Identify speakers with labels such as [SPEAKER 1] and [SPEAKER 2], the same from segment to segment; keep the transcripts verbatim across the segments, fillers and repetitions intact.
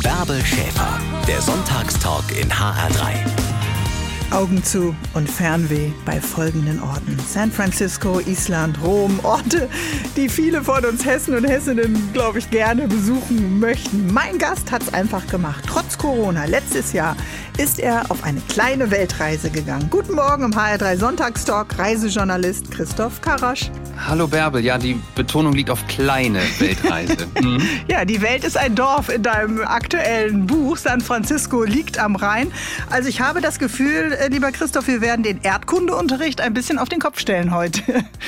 [SPEAKER 1] Bärbel Schäfer, der Sonntagstalk in H R drei.
[SPEAKER 2] Augen zu und Fernweh bei folgenden Orten. San Francisco, Island, Rom, Orte, die viele von uns Hessen und Hessinnen, glaube ich, gerne besuchen möchten. Mein Gast hat es einfach gemacht. Trotz Corona, letztes Jahr, ist er auf eine kleine Weltreise gegangen. Guten Morgen im H R drei Sonntagstalk, Reisejournalist Christoph Karasch.
[SPEAKER 3] Hallo Bärbel, ja, die Betonung liegt auf kleine Weltreise. Mhm.
[SPEAKER 2] Ja, die Welt ist ein Dorf in deinem aktuellen Buch. San Francisco liegt am Rhein. Also ich habe das Gefühl, lieber Christoph, wir werden den Erdkundeunterricht ein bisschen auf den Kopf stellen heute.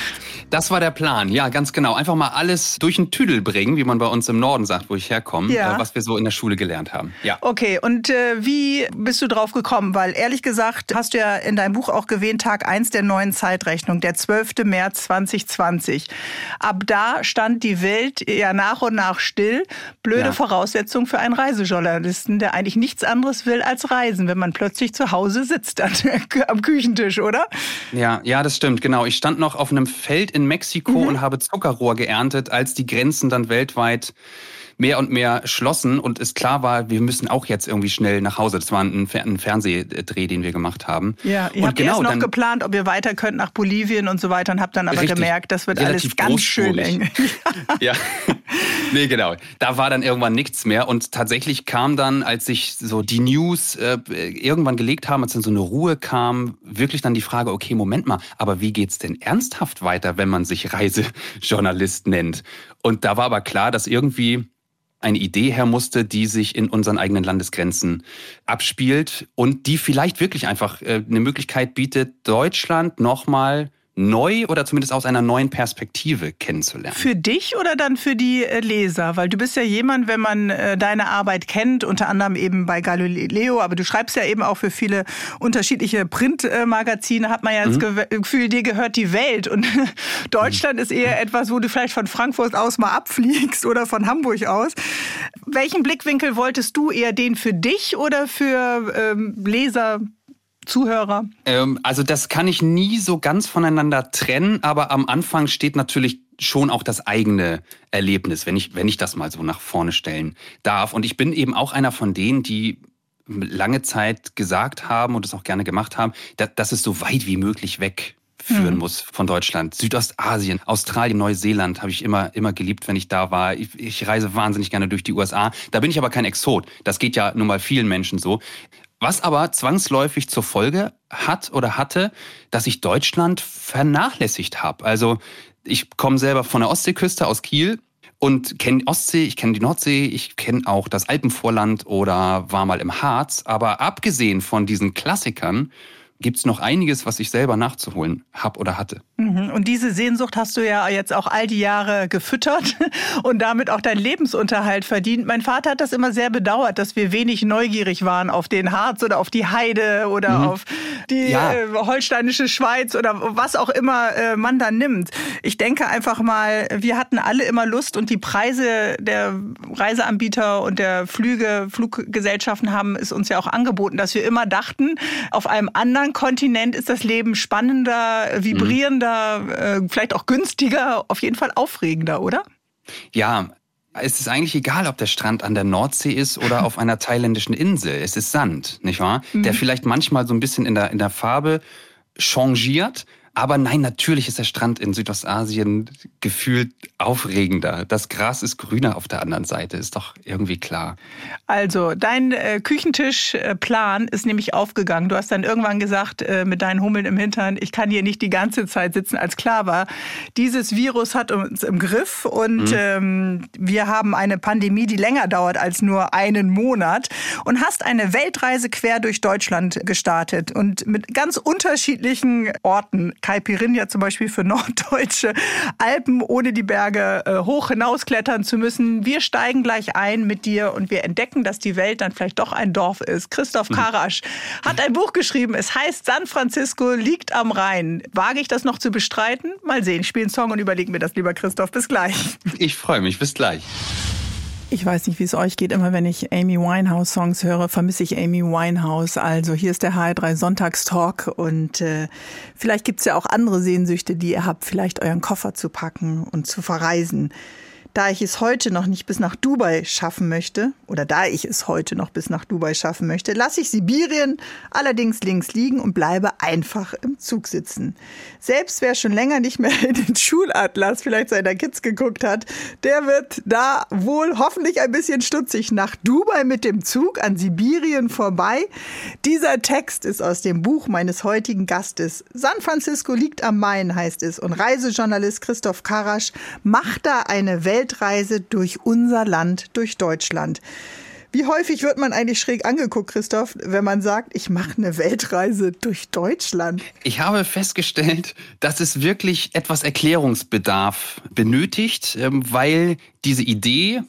[SPEAKER 3] Das war der Plan, ja, ganz genau. Einfach mal alles durch den Tüdel bringen, wie man bei uns im Norden sagt, wo ich herkomme,
[SPEAKER 2] ja.
[SPEAKER 3] was wir so in der Schule gelernt haben. Ja.
[SPEAKER 2] Okay, und äh, wie bist du drauf gekommen? Weil ehrlich gesagt, hast du ja in deinem Buch auch erwähnt, Tag eins der neuen Zeitrechnung, der zwölfter März zweitausendzwanzig. Ab da stand die Welt ja nach und nach still. Blöde ja. Voraussetzung für einen Reisejournalisten, der eigentlich nichts anderes will als reisen, wenn man plötzlich zu Hause sitzt an, am Küchentisch, oder?
[SPEAKER 3] Ja, ja, das stimmt, genau. Ich stand noch auf einem Feld in Mexiko mhm. und habe Zuckerrohr geerntet, als die Grenzen dann weltweit mehr und mehr schlossen und es klar war, wir müssen auch jetzt irgendwie schnell nach Hause. Das war ein, ein Fernsehdreh, den wir gemacht haben.
[SPEAKER 2] Ja, ihr
[SPEAKER 3] und
[SPEAKER 2] habt
[SPEAKER 3] genau,
[SPEAKER 2] erst noch
[SPEAKER 3] dann,
[SPEAKER 2] geplant, ob ihr weiter könnt nach Bolivien und so weiter und habt dann aber
[SPEAKER 3] richtig,
[SPEAKER 2] gemerkt, das wird alles ganz schön eng.
[SPEAKER 3] Ja, nee, genau. Da war dann irgendwann nichts mehr und tatsächlich kam dann, als sich so die News äh, irgendwann gelegt haben, als dann so eine Ruhe kam, wirklich dann die Frage, okay, Moment mal, aber wie geht's denn ernsthaft weiter, wenn man sich Reisejournalist nennt? Und da war aber klar, dass irgendwie eine Idee her musste, die sich in unseren eigenen Landesgrenzen abspielt und die vielleicht wirklich einfach äh, eine Möglichkeit bietet, Deutschland nochmal neu oder zumindest aus einer neuen Perspektive kennenzulernen.
[SPEAKER 2] Für dich oder dann für die Leser? Weil du bist ja jemand, wenn man äh, deine Arbeit kennt, unter anderem eben bei Galileo, aber du schreibst ja eben auch für viele unterschiedliche Printmagazine, hat man ja das mhm. Gefühl, dir gehört die Welt. Und Deutschland mhm. ist eher etwas, wo du vielleicht von Frankfurt aus mal abfliegst oder von Hamburg aus. Welchen Blickwinkel wolltest du eher, den für dich oder für ähm, Leser, Zuhörer?
[SPEAKER 3] Ähm, also das kann ich nie so ganz voneinander trennen, aber am Anfang steht natürlich schon auch das eigene Erlebnis, wenn ich, wenn ich das mal so nach vorne stellen darf. Und ich bin eben auch einer von denen, die lange Zeit gesagt haben und es auch gerne gemacht haben, dass, dass es so weit wie möglich weg führen mhm. muss von Deutschland. Südostasien, Australien, Neuseeland habe ich immer, immer geliebt, wenn ich da war. Ich, ich reise wahnsinnig gerne durch die U S A. Da bin ich aber kein Exot. Das geht ja nun mal vielen Menschen so. Was aber zwangsläufig zur Folge hat oder hatte, dass ich Deutschland vernachlässigt habe. Also ich komme selber von der Ostseeküste aus Kiel und kenne die Ostsee, ich kenne die Nordsee, ich kenne auch das Alpenvorland oder war mal im Harz. Aber abgesehen von diesen Klassikern gibt's noch einiges, was ich selber nachzuholen habe oder hatte.
[SPEAKER 2] Und diese Sehnsucht hast du ja jetzt auch all die Jahre gefüttert und damit auch deinen Lebensunterhalt verdient. Mein Vater hat das immer sehr bedauert, dass wir wenig neugierig waren auf den Harz oder auf die Heide oder mhm. auf die ja. äh, holsteinische Schweiz oder was auch immer äh, man da nimmt. Ich denke einfach mal, wir hatten alle immer Lust und die Preise der Reiseanbieter und der Flüge, Fluggesellschaften haben es uns ja auch angeboten, dass wir immer dachten, auf einem anderen Kontinent ist das Leben spannender, vibrierender, mhm. äh, vielleicht auch günstiger, auf jeden Fall aufregender, oder?
[SPEAKER 3] Ja, es ist eigentlich egal, ob der Strand an der Nordsee ist oder auf einer thailändischen Insel. Es ist Sand, nicht wahr? Mhm. Der vielleicht manchmal so ein bisschen in der, in der Farbe changiert. Aber nein, natürlich ist der Strand in Südostasien gefühlt aufregender. Das Gras ist grüner auf der anderen Seite, ist doch irgendwie klar.
[SPEAKER 2] Also, dein äh, Küchentischplan ist nämlich aufgegangen. Du hast dann irgendwann gesagt, äh, mit deinen Hummeln im Hintern, ich kann hier nicht die ganze Zeit sitzen, als klar war, dieses Virus hat uns im Griff und mhm. ähm, wir haben eine Pandemie, die länger dauert als nur einen Monat und hast eine Weltreise quer durch Deutschland gestartet und mit ganz unterschiedlichen Orten. Caipirinha zum Beispiel für Norddeutsche, Alpen ohne die Berge äh, hoch hinausklettern zu müssen. Wir steigen gleich ein mit dir und wir entdecken, dass die Welt dann vielleicht doch ein Dorf ist. Christoph Karasch hat ein Buch geschrieben, es heißt San Francisco liegt am Rhein. Wage ich das noch zu bestreiten? Mal sehen, ich spiele einen Song und überlege mir das, lieber Christoph. Bis gleich.
[SPEAKER 3] Ich freue mich, bis gleich.
[SPEAKER 2] Ich weiß nicht, wie es euch geht. Immer wenn ich Amy Winehouse-Songs höre, vermisse ich Amy Winehouse. Also hier ist der H R drei Sonntagstalk und äh, vielleicht gibt's ja auch andere Sehnsüchte, die ihr habt, vielleicht euren Koffer zu packen und zu verreisen. Da ich es heute noch nicht bis nach Dubai schaffen möchte, oder da ich es heute noch bis nach Dubai schaffen möchte, lasse ich Sibirien allerdings links liegen und bleibe einfach im Zug sitzen. Selbst wer schon länger nicht mehr in den Schulatlas vielleicht seiner Kids geguckt hat, der wird da wohl hoffentlich ein bisschen stutzig. Nach Dubai mit dem Zug an Sibirien vorbei. Dieser Text ist aus dem Buch meines heutigen Gastes. San Francisco liegt am Main, heißt es. Und Reisejournalist Christoph Karasch macht da eine Weltreise durch unser Land, durch Deutschland. Wie häufig wird man eigentlich schräg angeguckt, Christoph, wenn man sagt, ich mache eine Weltreise durch Deutschland?
[SPEAKER 3] Ich habe festgestellt, dass es wirklich etwas Erklärungsbedarf benötigt, weil diese Idee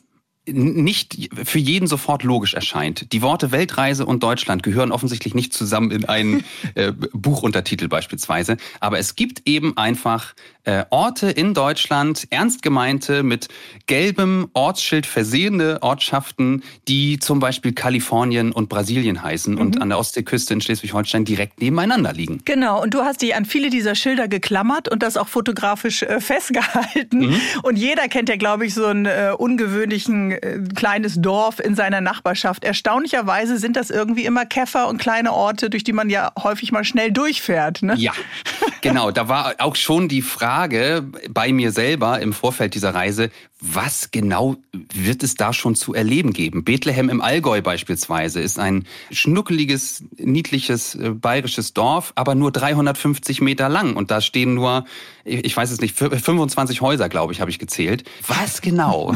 [SPEAKER 3] nicht für jeden sofort logisch erscheint. Die Worte Weltreise und Deutschland gehören offensichtlich nicht zusammen in einen äh, Buchuntertitel beispielsweise. Aber es gibt eben einfach äh, Orte in Deutschland, ernst gemeinte, mit gelbem Ortsschild versehene Ortschaften, die zum Beispiel Kalifornien und Brasilien heißen mhm. und an der Ostseeküste in Schleswig-Holstein direkt nebeneinander liegen.
[SPEAKER 2] Genau, und du hast dich an viele dieser Schilder geklammert und das auch fotografisch äh, festgehalten. Mhm. Und jeder kennt ja, glaube ich, so einen äh, ungewöhnlichen kleines Dorf in seiner Nachbarschaft. Erstaunlicherweise sind das irgendwie immer Käfer und kleine Orte, durch die man ja häufig mal schnell durchfährt. Ne?
[SPEAKER 3] Ja, genau. Da war auch schon die Frage bei mir selber im Vorfeld dieser Reise, was genau wird es da schon zu erleben geben? Bethlehem im Allgäu beispielsweise ist ein schnuckeliges, niedliches äh, bayerisches Dorf, aber nur dreihundertfünfzig Meter lang. Und da stehen nur, ich weiß es nicht, fünfundzwanzig Häuser, glaube ich, habe ich gezählt. Was genau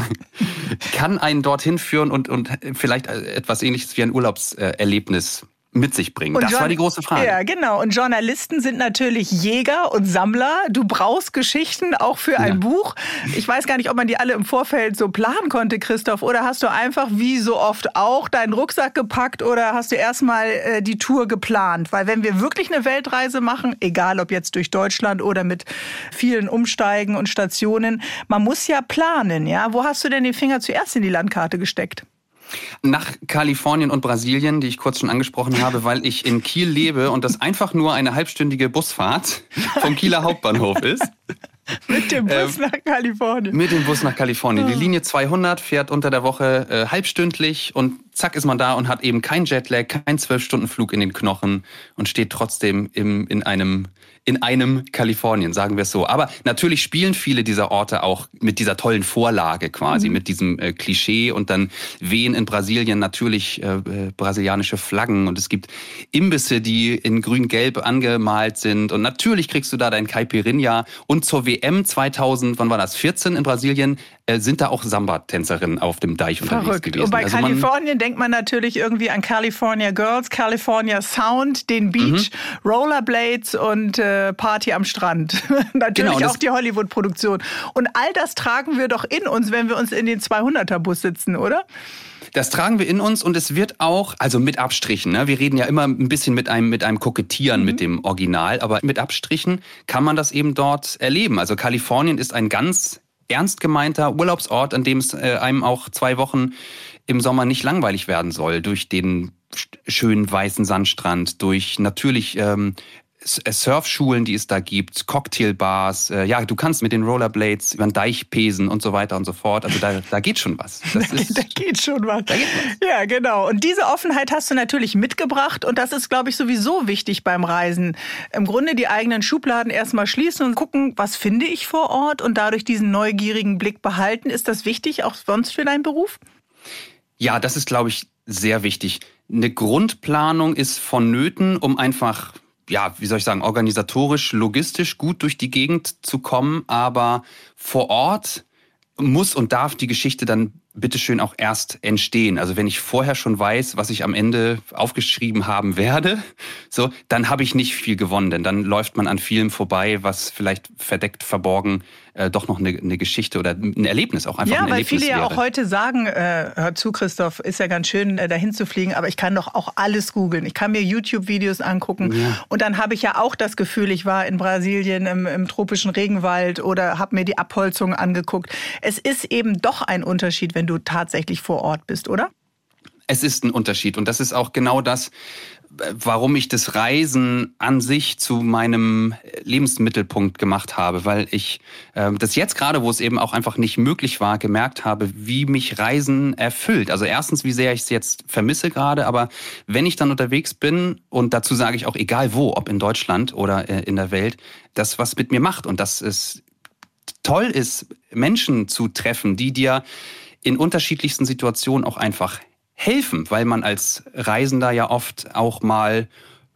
[SPEAKER 3] kann einen dorthin führen und, und vielleicht etwas Ähnliches wie ein Urlaubserlebnis mit sich bringen? Und das John- war die große Frage.
[SPEAKER 2] Ja, genau. Und Journalisten sind natürlich Jäger und Sammler. Du brauchst Geschichten auch für ein ja. Buch. Ich weiß gar nicht, ob man die alle im Vorfeld so planen konnte, Christoph. Oder hast du einfach, wie so oft auch, deinen Rucksack gepackt oder hast du erstmal äh, die Tour geplant? Weil wenn wir wirklich eine Weltreise machen, egal ob jetzt durch Deutschland oder mit vielen Umsteigen und Stationen, man muss ja planen. Ja? Wo hast du denn den Finger zuerst in die Landkarte gesteckt?
[SPEAKER 3] Nach Kalifornien und Brasilien, die ich kurz schon angesprochen habe, weil ich in Kiel lebe und das einfach nur eine halbstündige Busfahrt vom Kieler Hauptbahnhof ist.
[SPEAKER 2] Mit dem Bus äh, nach Kalifornien.
[SPEAKER 3] Mit dem Bus nach Kalifornien. Die Linie zweihundert fährt unter der Woche äh, halbstündlich und zack ist man da und hat eben kein Jetlag, kein zwölf-Stunden-Flug in den Knochen und steht trotzdem im, in einem in einem Kalifornien, sagen wir es so. Aber natürlich spielen viele dieser Orte auch mit dieser tollen Vorlage quasi, mhm. mit diesem äh, Klischee und dann wehen in Brasilien natürlich äh, äh, brasilianische Flaggen und es gibt Imbisse, die in grün-gelb angemalt sind und natürlich kriegst du da dein Caipirinha und zur W M zweitausend, wann war das, vierzehn in Brasilien, äh, sind da auch Samba-Tänzerinnen auf dem Deich unterwegs
[SPEAKER 2] Verrückt.
[SPEAKER 3] gewesen.
[SPEAKER 2] Und bei
[SPEAKER 3] also
[SPEAKER 2] Kalifornien denkt man natürlich irgendwie an California Girls, California Sound, den Beach, mhm. Rollerblades und äh, Party am Strand. Natürlich genau, auch die Hollywood-Produktion. Und all das tragen wir doch in uns, wenn wir uns in den zweihunderter-Bus sitzen, oder?
[SPEAKER 3] Das tragen wir in uns und es wird auch, also mit Abstrichen, ne? Wir reden ja immer ein bisschen mit einem, mit einem Kokettieren mhm. mit dem Original, aber mit Abstrichen kann man das eben dort erleben. Also Kalifornien ist ein ganz ernst gemeinter Urlaubsort, an dem es äh, einem auch zwei Wochen im Sommer nicht langweilig werden soll, durch den schönen weißen Sandstrand, durch natürlich ähm, Surfschulen, die es da gibt, Cocktailbars. Äh, ja, du kannst mit den Rollerblades über den Deich pesen und so weiter und so fort. Also da, da geht schon was. Das
[SPEAKER 2] da,
[SPEAKER 3] ist,
[SPEAKER 2] da geht schon was.
[SPEAKER 3] Da geht was.
[SPEAKER 2] Ja, genau. Und diese Offenheit hast du natürlich mitgebracht. Und das ist, glaube ich, sowieso wichtig beim Reisen. Im Grunde die eigenen Schubladen erstmal schließen und gucken, was finde ich vor Ort und dadurch diesen neugierigen Blick behalten. Ist das wichtig, auch sonst für deinen Beruf?
[SPEAKER 3] Ja, das ist, glaube ich, sehr wichtig. Eine Grundplanung ist vonnöten, um einfach, ja, wie soll ich sagen, organisatorisch, logistisch gut durch die Gegend zu kommen. Aber vor Ort muss und darf die Geschichte dann bitteschön auch erst entstehen. Also wenn ich vorher schon weiß, was ich am Ende aufgeschrieben haben werde, so, dann habe ich nicht viel gewonnen. Denn dann läuft man an vielem vorbei, was vielleicht verdeckt, verborgen äh, doch noch eine, eine Geschichte oder ein Erlebnis auch einfach
[SPEAKER 2] ja,
[SPEAKER 3] ein Erlebnis
[SPEAKER 2] weil viele ja
[SPEAKER 3] wäre.
[SPEAKER 2] auch heute sagen, äh, hör zu, Christoph, ist ja ganz schön, äh, dahin zu fliegen, aber ich kann doch auch alles googeln. Ich kann mir YouTube-Videos angucken ja. und dann habe ich ja auch das Gefühl, ich war in Brasilien im, im tropischen Regenwald oder habe mir die Abholzung angeguckt. Es ist eben doch ein Unterschied, wenn du tatsächlich vor Ort bist, oder?
[SPEAKER 3] Es ist ein Unterschied und das ist auch genau das, warum ich das Reisen an sich zu meinem Lebensmittelpunkt gemacht habe, weil ich äh, das jetzt gerade, wo es eben auch einfach nicht möglich war, gemerkt habe, wie mich Reisen erfüllt. Also erstens, wie sehr ich es jetzt vermisse gerade, aber wenn ich dann unterwegs bin, und dazu sage ich auch egal wo, ob in Deutschland oder äh, in der Welt, das was mit mir macht und dass es toll ist, Menschen zu treffen, die dir in unterschiedlichsten Situationen auch einfach helfen, weil man als Reisender ja oft auch mal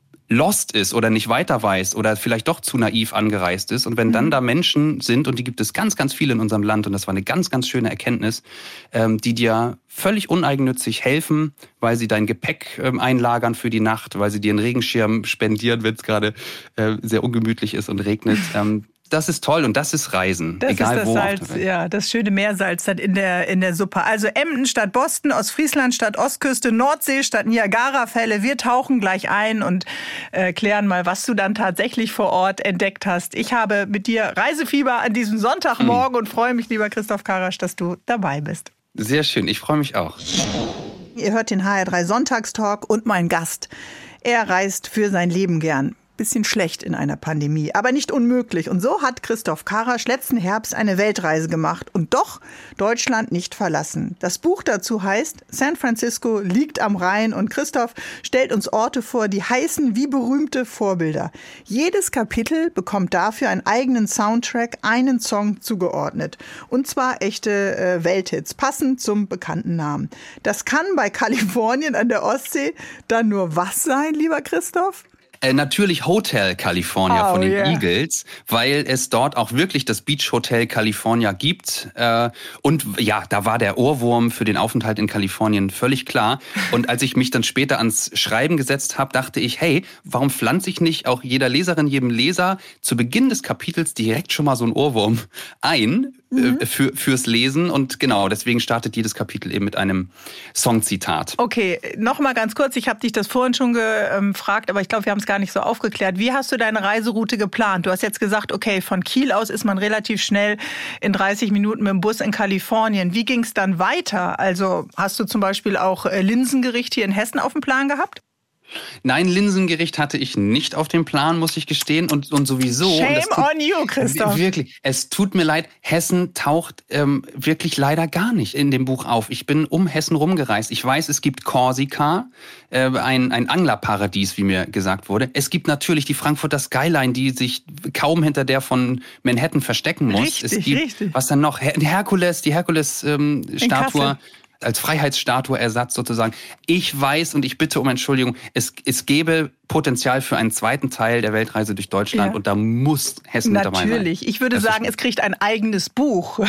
[SPEAKER 3] lost ist oder nicht weiter weiß oder vielleicht doch zu naiv angereist ist. Und wenn dann da Menschen sind, und die gibt es ganz, ganz viele in unserem Land, und das war eine ganz, ganz schöne Erkenntnis, ähm, die dir völlig uneigennützig helfen, weil sie dein Gepäck ähm, einlagern für die Nacht, weil sie dir einen Regenschirm spendieren, wenn es gerade äh, sehr ungemütlich ist und regnet. Ähm, Das ist toll und das ist Reisen,
[SPEAKER 2] das
[SPEAKER 3] egal
[SPEAKER 2] ist das
[SPEAKER 3] wo.
[SPEAKER 2] Salz, ja, das schöne Meersalz dann in der, in der Suppe. Also Emden statt Boston, Ostfriesland statt Ostküste, Nordsee statt Niagarafälle. Wir tauchen gleich ein und äh, klären mal, was du dann tatsächlich vor Ort entdeckt hast. Ich habe mit dir Reisefieber an diesem Sonntagmorgen mhm. und freue mich, lieber Christoph Karasch, dass du dabei bist.
[SPEAKER 3] Sehr schön, ich freue mich auch.
[SPEAKER 2] Ihr hört den H R drei Sonntagstalk und mein Gast. Er reist für sein Leben gern. Bisschen schlecht in einer Pandemie, aber nicht unmöglich. Und so hat Christoph Karasch letzten Herbst eine Weltreise gemacht und doch Deutschland nicht verlassen. Das Buch dazu heißt San Francisco liegt am Rhein und Christoph stellt uns Orte vor, die heißen wie berühmte Vorbilder. Jedes Kapitel bekommt dafür einen eigenen Soundtrack, einen Song zugeordnet. Und zwar echte äh, Welthits, passend zum bekannten Namen. Das kann bei Kalifornien an der Ostsee dann nur was sein, lieber Christoph?
[SPEAKER 3] Äh, natürlich Hotel California
[SPEAKER 2] oh,
[SPEAKER 3] von den
[SPEAKER 2] yeah.
[SPEAKER 3] Eagles, weil es dort auch wirklich das Beach Hotel California gibt. Äh, und ja, da war der Ohrwurm für den Aufenthalt in Kalifornien völlig klar. Und als ich mich dann später ans Schreiben gesetzt habe, dachte ich, hey, warum pflanze ich nicht auch jeder Leserin, jedem Leser zu Beginn des Kapitels direkt schon mal so einen Ohrwurm ein? Mhm. Für, fürs Lesen und genau, deswegen startet jedes Kapitel eben mit einem Songzitat.
[SPEAKER 2] Okay, noch mal ganz kurz, ich habe dich das vorhin schon gefragt, aber ich glaube, wir haben es gar nicht so aufgeklärt. Wie hast du deine Reiseroute geplant? Du hast jetzt gesagt, okay, von Kiel aus ist man relativ schnell in dreißig Minuten mit dem Bus in Kalifornien. Wie ging es dann weiter? Also hast du zum Beispiel auch Linsengericht hier in Hessen auf dem Plan gehabt?
[SPEAKER 3] Nein, Linsengericht hatte ich nicht auf dem Plan, muss ich gestehen. Und, und sowieso...
[SPEAKER 2] Shame
[SPEAKER 3] das tut,
[SPEAKER 2] on you, Christoph.
[SPEAKER 3] Wirklich, es tut mir leid, Hessen taucht ähm, wirklich leider gar nicht in dem Buch auf. Ich bin um Hessen rumgereist. Ich weiß, es gibt Korsika, äh, ein, ein Anglerparadies, wie mir gesagt wurde. Es gibt natürlich die Frankfurter Skyline, die sich kaum hinter der von Manhattan verstecken muss.
[SPEAKER 2] Richtig,
[SPEAKER 3] es gibt,
[SPEAKER 2] richtig.
[SPEAKER 3] Was dann noch? Her- Herkules, die Herkules-Statue. Ähm, als Freiheitsstatue-Ersatz sozusagen. Ich weiß und ich bitte um Entschuldigung, es, es gäbe Potenzial für einen zweiten Teil der Weltreise durch Deutschland ja. und da muss Hessen mit dabei sein.
[SPEAKER 2] Natürlich. Ich würde das sagen, es kriegt ein eigenes Buch.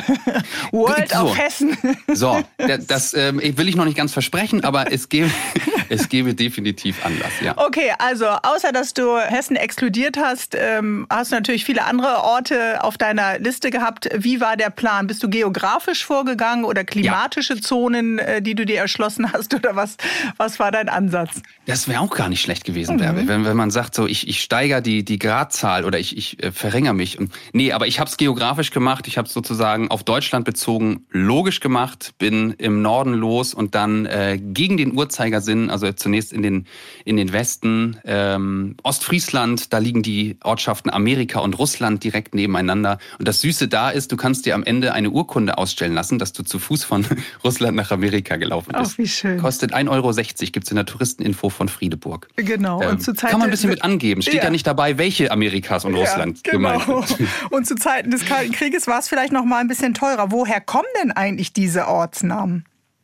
[SPEAKER 2] World
[SPEAKER 3] so.
[SPEAKER 2] of Hessen.
[SPEAKER 3] So, das, das ähm, will ich noch nicht ganz versprechen, aber es gäbe, es gäbe definitiv Anlass, ja.
[SPEAKER 2] Okay, also außer dass du Hessen exkludiert hast, ähm, hast du natürlich viele andere Orte auf deiner Liste gehabt. Wie war der Plan? Bist du geografisch vorgegangen oder klimatische ja. Zonen, äh, die du dir erschlossen hast? Oder was, was war dein Ansatz?
[SPEAKER 3] Das wäre auch gar nicht schlecht gewesen,
[SPEAKER 2] mhm.
[SPEAKER 3] Bärbel. Wenn, wenn man sagt, so ich, ich steigere die, die Gradzahl oder ich, ich äh, verringere mich. Und, nee, aber ich habe es geografisch gemacht. Ich habe es sozusagen auf Deutschland bezogen logisch gemacht, bin im Norden los und dann äh, gegen den Uhrzeigersinn, also zunächst in den, in den Westen, ähm, Ostfriesland, da liegen die Ortschaften Amerika und Russland direkt nebeneinander. Und das Süße da ist, du kannst dir am Ende eine Urkunde ausstellen lassen, dass du zu Fuß von Russland nach Amerika gelaufen bist.
[SPEAKER 2] Ach, wie schön.
[SPEAKER 3] Kostet ein Euro sechzig, gibt's in der Touristeninfo von Friedeburg.
[SPEAKER 2] Genau.
[SPEAKER 3] Ähm,
[SPEAKER 2] und zu Zeiten
[SPEAKER 3] kann man ein bisschen mit angeben. Steht ja, ja nicht dabei, welche Amerikas und
[SPEAKER 2] ja,
[SPEAKER 3] Russland
[SPEAKER 2] genau.
[SPEAKER 3] gemeint sind.
[SPEAKER 2] Und zu Zeiten des Kalten Krieges war es vielleicht noch mal ein bisschen teurer. Woher kommen denn eigentlich diese Ortsnamen?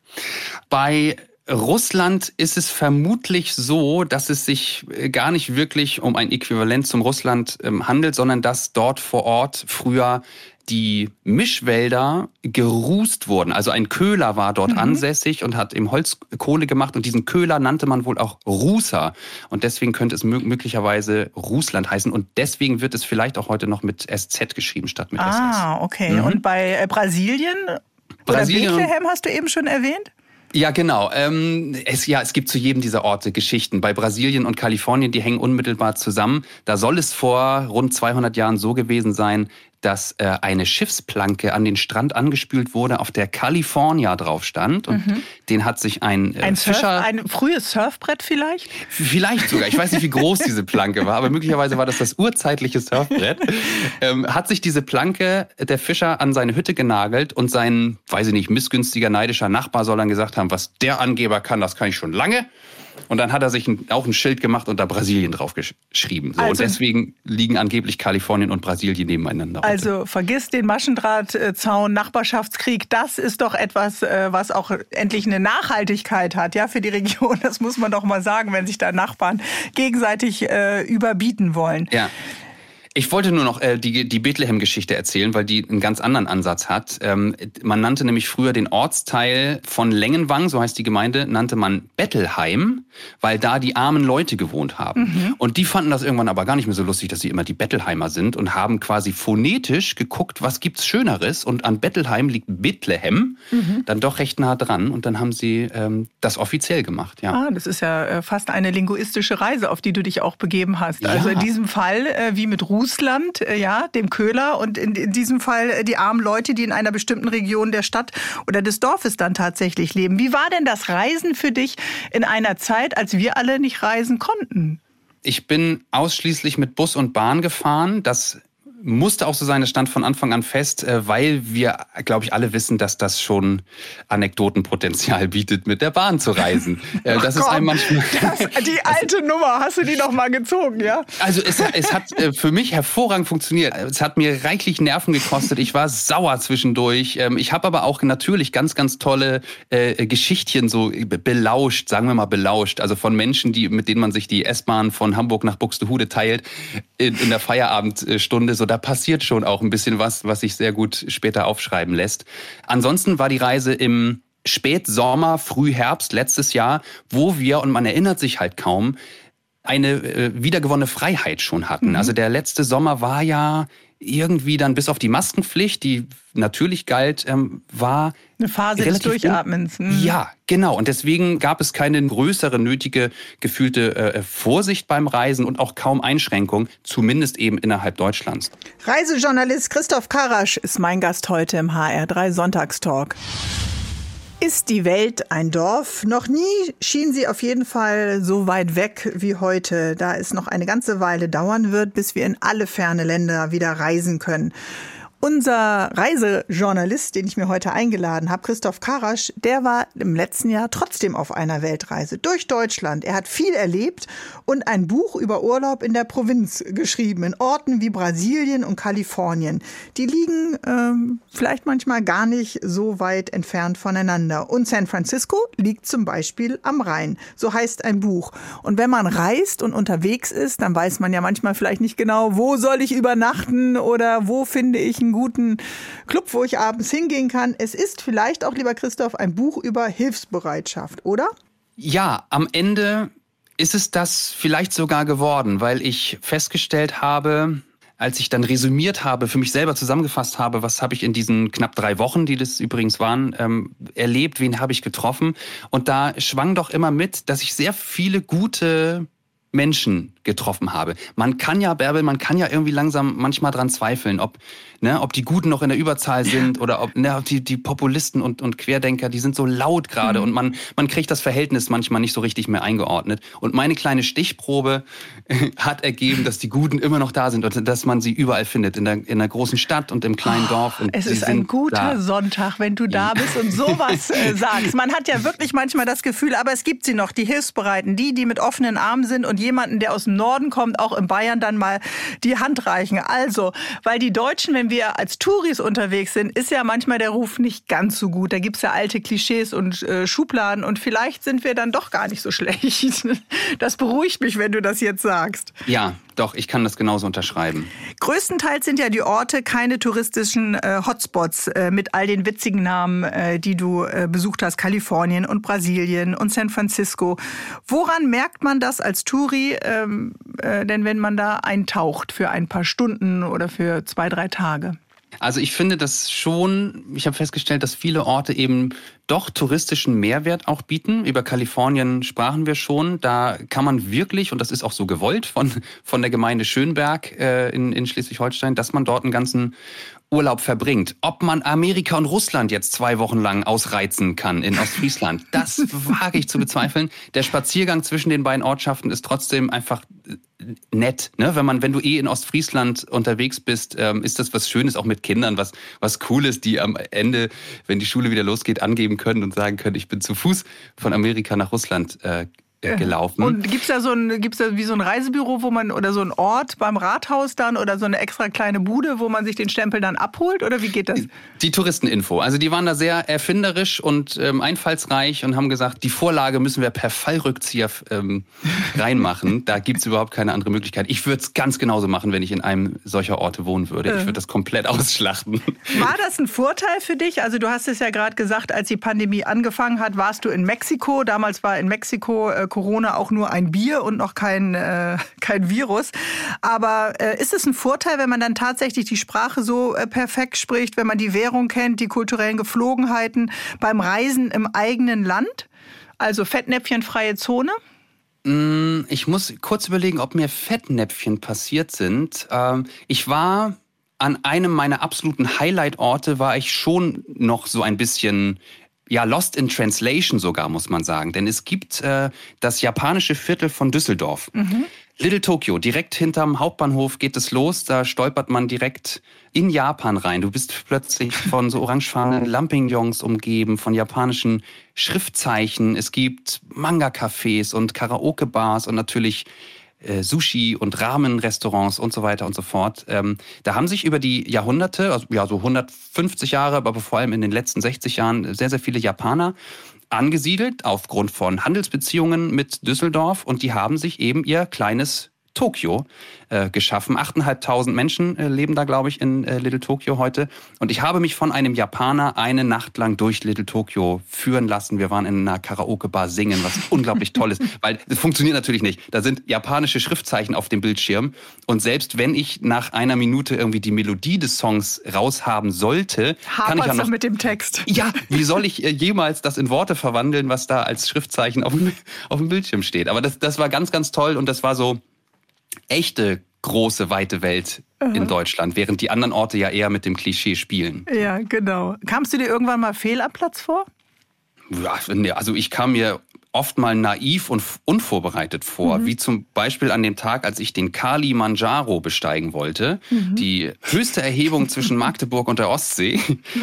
[SPEAKER 3] Bei Russland ist es vermutlich so, dass es sich gar nicht wirklich um ein Äquivalent zum Russland ähm, handelt, sondern dass dort vor Ort früher die Mischwälder gerußt wurden. Also ein Köhler war dort mhm. ansässig und hat eben Holzkohle gemacht und diesen Köhler nannte man wohl auch Rußer. Und deswegen könnte es mö- möglicherweise Russland heißen und deswegen wird es vielleicht auch heute noch mit S Z geschrieben statt mit S S.
[SPEAKER 2] Ah, okay. Mhm. Und bei äh, Brasilien,
[SPEAKER 3] Brasilien
[SPEAKER 2] oder Bethlehem hast du eben schon erwähnt?
[SPEAKER 3] Ja, genau. Ähm, es, ja, es gibt zu jedem dieser Orte Geschichten. Bei Brasilien und Kalifornien, die hängen unmittelbar zusammen. Da soll es vor rund zweihundert Jahren so gewesen sein, dass äh, eine Schiffsplanke an den Strand angespült wurde, auf der California drauf stand. Und mhm. den hat sich ein, äh,
[SPEAKER 2] ein
[SPEAKER 3] Fischer...
[SPEAKER 2] Surf, ein frühes Surfbrett vielleicht?
[SPEAKER 3] Vielleicht sogar. Ich weiß nicht, wie groß diese Planke war, aber möglicherweise war das das urzeitliche Surfbrett. Ähm, hat sich diese Planke der Fischer an seine Hütte genagelt und sein, weiß ich nicht, missgünstiger, neidischer Nachbar soll dann gesagt haben, was der Angeber kann, das kann ich schon lange. Und dann hat er sich ein, auch ein Schild gemacht und da Brasilien drauf geschrieben. So, also, und deswegen liegen angeblich Kalifornien und Brasilien nebeneinander. Heute.
[SPEAKER 2] Also vergiss den Maschendrahtzaun, Nachbarschaftskrieg. Das ist doch etwas, was auch endlich eine Nachhaltigkeit hat, ja, für die Region. Das muss man doch mal sagen, wenn sich da Nachbarn gegenseitig äh, überbieten wollen.
[SPEAKER 3] Ja. Ich wollte nur noch äh, die, die Bethlehem-Geschichte erzählen, weil die einen ganz anderen Ansatz hat. Ähm, man nannte nämlich früher den Ortsteil von Lengenwang, so heißt die Gemeinde, nannte man Bettelheim, weil da die armen Leute gewohnt haben. Mhm. Und die fanden das irgendwann aber gar nicht mehr so lustig, dass sie immer die Bettelheimer sind und haben quasi phonetisch geguckt, was gibt's Schöneres. Und an Bettelheim liegt Bethlehem, mhm. dann doch recht nah dran. Und dann haben sie ähm, das offiziell gemacht. Ja.
[SPEAKER 2] Ah, das ist ja äh, fast eine linguistische Reise, auf die du dich auch begeben hast. Ja. Also in diesem Fall, äh, wie mit Ruhe, Russland, ja, dem Köhler und in, in diesem Fall die armen Leute, die in einer bestimmten Region der Stadt oder des Dorfes dann tatsächlich leben. Wie war denn das Reisen für dich in einer Zeit, als wir alle nicht reisen konnten?
[SPEAKER 3] Ich bin ausschließlich mit Bus und Bahn gefahren. Das musste auch so sein, es stand von Anfang an fest, weil wir, glaube ich, alle wissen, dass das schon Anekdotenpotenzial bietet, mit der Bahn zu reisen. Das
[SPEAKER 2] Ach
[SPEAKER 3] ist
[SPEAKER 2] komm,
[SPEAKER 3] einem manchmal...
[SPEAKER 2] Das, die alte also, Nummer, hast du die noch mal gezogen, ja?
[SPEAKER 3] Also es, es hat für mich hervorragend funktioniert. Es hat mir reichlich Nerven gekostet. Ich war sauer zwischendurch. Ich habe aber auch natürlich ganz, ganz tolle äh, Geschichtchen so belauscht, sagen wir mal belauscht. Also von Menschen, die, mit denen man sich die S-Bahn von Hamburg nach Buxtehude teilt in, in der Feierabendstunde. So, da passiert schon auch ein bisschen was, was sich sehr gut später aufschreiben lässt. Ansonsten war die Reise im Spätsommer, Frühherbst letztes Jahr, wo wir, und man erinnert sich halt kaum, eine äh, wiedergewonnene Freiheit schon hatten. Mhm. Also der letzte Sommer war ja irgendwie dann bis auf die Maskenpflicht, die natürlich galt, ähm, war
[SPEAKER 2] eine Phase des Durchatmens.
[SPEAKER 3] Mhm. Ja, genau. Und deswegen gab es keine größere nötige gefühlte äh, Vorsicht beim Reisen und auch kaum Einschränkung, zumindest eben innerhalb Deutschlands.
[SPEAKER 2] Reisejournalist Christoph Karasch ist mein Gast heute im H R drei Sonntagstalk. Ist die Welt ein Dorf? Noch nie schien sie auf jeden Fall so weit weg wie heute, da es noch eine ganze Weile dauern wird, bis wir in alle ferne Länder wieder reisen können. Unser Reisejournalist, den ich mir heute eingeladen habe, Christoph Karasch, der war im letzten Jahr trotzdem auf einer Weltreise durch Deutschland. Er hat viel erlebt und ein Buch über Urlaub in der Provinz geschrieben, in Orten wie Brasilien und Kalifornien. Die liegen ähm, vielleicht manchmal gar nicht so weit entfernt voneinander. Und San Francisco liegt zum Beispiel am Rhein. So heißt ein Buch. Und wenn man reist und unterwegs ist, dann weiß man ja manchmal vielleicht nicht genau, wo soll ich übernachten oder wo finde ich einen guten Club, wo ich abends hingehen kann. Es ist vielleicht auch, lieber Christoph, ein Buch über Hilfsbereitschaft, oder?
[SPEAKER 3] Ja, am Ende ist es das vielleicht sogar geworden, weil ich festgestellt habe, als ich dann resümiert habe, für mich selber zusammengefasst habe, was habe ich in diesen knapp drei Wochen, die das übrigens waren, ähm, erlebt, wen habe ich getroffen. Und da schwang doch immer mit, dass ich sehr viele gute Menschen getroffen habe. Man kann ja, Bärbel, man kann ja irgendwie langsam manchmal dran zweifeln, ob, ne, ob die Guten noch in der Überzahl sind oder ob ne, die, die Populisten und, und Querdenker, die sind so laut gerade mhm. und man, man kriegt das Verhältnis manchmal nicht so richtig mehr eingeordnet. Und meine kleine Stichprobe hat ergeben, dass die Guten immer noch da sind und dass man sie überall findet, in der, in der großen Stadt und im kleinen oh, Dorf. Und
[SPEAKER 2] es ist ein guter da. Sonntag, wenn du da bist und sowas äh, sagst. Man hat ja wirklich manchmal das Gefühl, aber es gibt sie noch, die Hilfsbereiten, die, die mit offenen Armen sind und jemanden, der aus dem Norden kommt, auch in Bayern dann mal die Hand reichen. Also, weil die Deutschen, wenn wir als Touris unterwegs sind, ist ja manchmal der Ruf nicht ganz so gut. Da gibt's ja alte Klischees und äh, Schubladen und vielleicht sind wir dann doch gar nicht so schlecht. Das beruhigt mich, wenn du das jetzt sagst.
[SPEAKER 3] Ja, doch, ich kann das genauso unterschreiben.
[SPEAKER 2] Größtenteils sind ja die Orte keine touristischen äh, Hotspots äh, mit all den witzigen Namen, äh, die du äh, besucht hast. Kalifornien und Brasilien und San Francisco. Woran merkt man das als Touri, ähm, äh, denn wenn man da eintaucht für ein paar Stunden oder für zwei, drei Tage?
[SPEAKER 3] Also ich finde das schon, ich habe festgestellt, dass viele Orte eben doch touristischen Mehrwert auch bieten. Über Kalifornien sprachen wir schon. Da kann man wirklich, und das ist auch so gewollt von, von der Gemeinde Schönberg äh, in, in Schleswig-Holstein, dass man dort einen ganzen Urlaub verbringt. Ob man Amerika und Russland jetzt zwei Wochen lang ausreizen kann in Ostfriesland, das wage ich zu bezweifeln. Der Spaziergang zwischen den beiden Ortschaften ist trotzdem einfach nett, ne? Wenn man, wenn du eh in Ostfriesland unterwegs bist, ähm, ist das was Schönes, auch mit Kindern, was was Cooles, die am Ende, wenn die Schule wieder losgeht, angeben können und sagen können, ich bin zu Fuß von Amerika nach Russland äh, gelaufen.
[SPEAKER 2] Und gibt's da so ein, gibt's da wie so ein Reisebüro, wo man, oder so ein Ort beim Rathaus dann, oder so eine extra kleine Bude, wo man sich den Stempel dann abholt, oder wie geht das?
[SPEAKER 3] Die Touristeninfo. Also die waren da sehr erfinderisch und ähm, einfallsreich und haben gesagt, die Vorlage müssen wir per Fallrückzieher ähm, reinmachen. Da gibt's überhaupt keine andere Möglichkeit. Ich würde es ganz genauso machen, wenn ich in einem solcher Orte wohnen würde. Ich würde das komplett ausschlachten.
[SPEAKER 2] War das ein Vorteil für dich? Also du hast es ja gerade gesagt, als die Pandemie angefangen hat, warst du in Mexiko. Damals war in Mexiko äh, Corona auch nur ein Bier und noch kein, äh, kein Virus. Aber äh, ist es ein Vorteil, wenn man dann tatsächlich die Sprache so äh, perfekt spricht, wenn man die Währung kennt, die kulturellen Geflogenheiten beim Reisen im eigenen Land? Also fettnäpfchenfreie Zone?
[SPEAKER 3] Ich muss kurz überlegen, ob mir Fettnäpfchen passiert sind. Ich war an einem meiner absoluten Highlight-Orte, war ich schon noch so ein bisschen... Ja, lost in translation sogar, muss man sagen. Denn es gibt äh, das japanische Viertel von Düsseldorf. Mhm. Little Tokyo, direkt hinterm Hauptbahnhof geht es los. Da stolpert man direkt in Japan rein. Du bist plötzlich von so orangefarbenen Lampignons umgeben, von japanischen Schriftzeichen. Es gibt Manga-Cafés und Karaoke-Bars und natürlich äh, Sushi- und Ramen-Restaurants und so weiter und so fort. Ähm, da haben sich über die Jahrhunderte, also ja so hundertfünfzig Jahre, aber vor allem in den letzten sechzig Jahren sehr, sehr viele Japaner angesiedelt aufgrund von Handelsbeziehungen mit Düsseldorf und die haben sich eben ihr kleines Tokio äh, geschaffen. achttausendfünfhundert Menschen äh, leben da, glaube ich, in äh, Little Tokyo heute. Und ich habe mich von einem Japaner eine Nacht lang durch Little Tokyo führen lassen. Wir waren in einer Karaoke-Bar singen, was unglaublich toll ist. Weil es funktioniert natürlich nicht. Da sind japanische Schriftzeichen auf dem Bildschirm. Und selbst wenn ich nach einer Minute irgendwie die Melodie des Songs raushaben sollte,
[SPEAKER 2] Hapert's
[SPEAKER 3] kann ich ja noch
[SPEAKER 2] mit dem Text.
[SPEAKER 3] Ja, wie soll ich äh, jemals das in Worte verwandeln, was da als Schriftzeichen auf dem, auf dem Bildschirm steht? Aber das, das war ganz, ganz toll und das war so echte große, weite Welt in Aha. Deutschland, während die anderen Orte ja eher mit dem Klischee spielen.
[SPEAKER 2] Ja, genau. Kamst du dir irgendwann mal fehl am Platz vor?
[SPEAKER 3] Ja, also ich kam mir oft mal naiv und unvorbereitet vor, mhm. wie zum Beispiel an dem Tag, als ich den Kilimanjaro besteigen wollte, mhm. die höchste Erhebung zwischen Magdeburg und der Ostsee,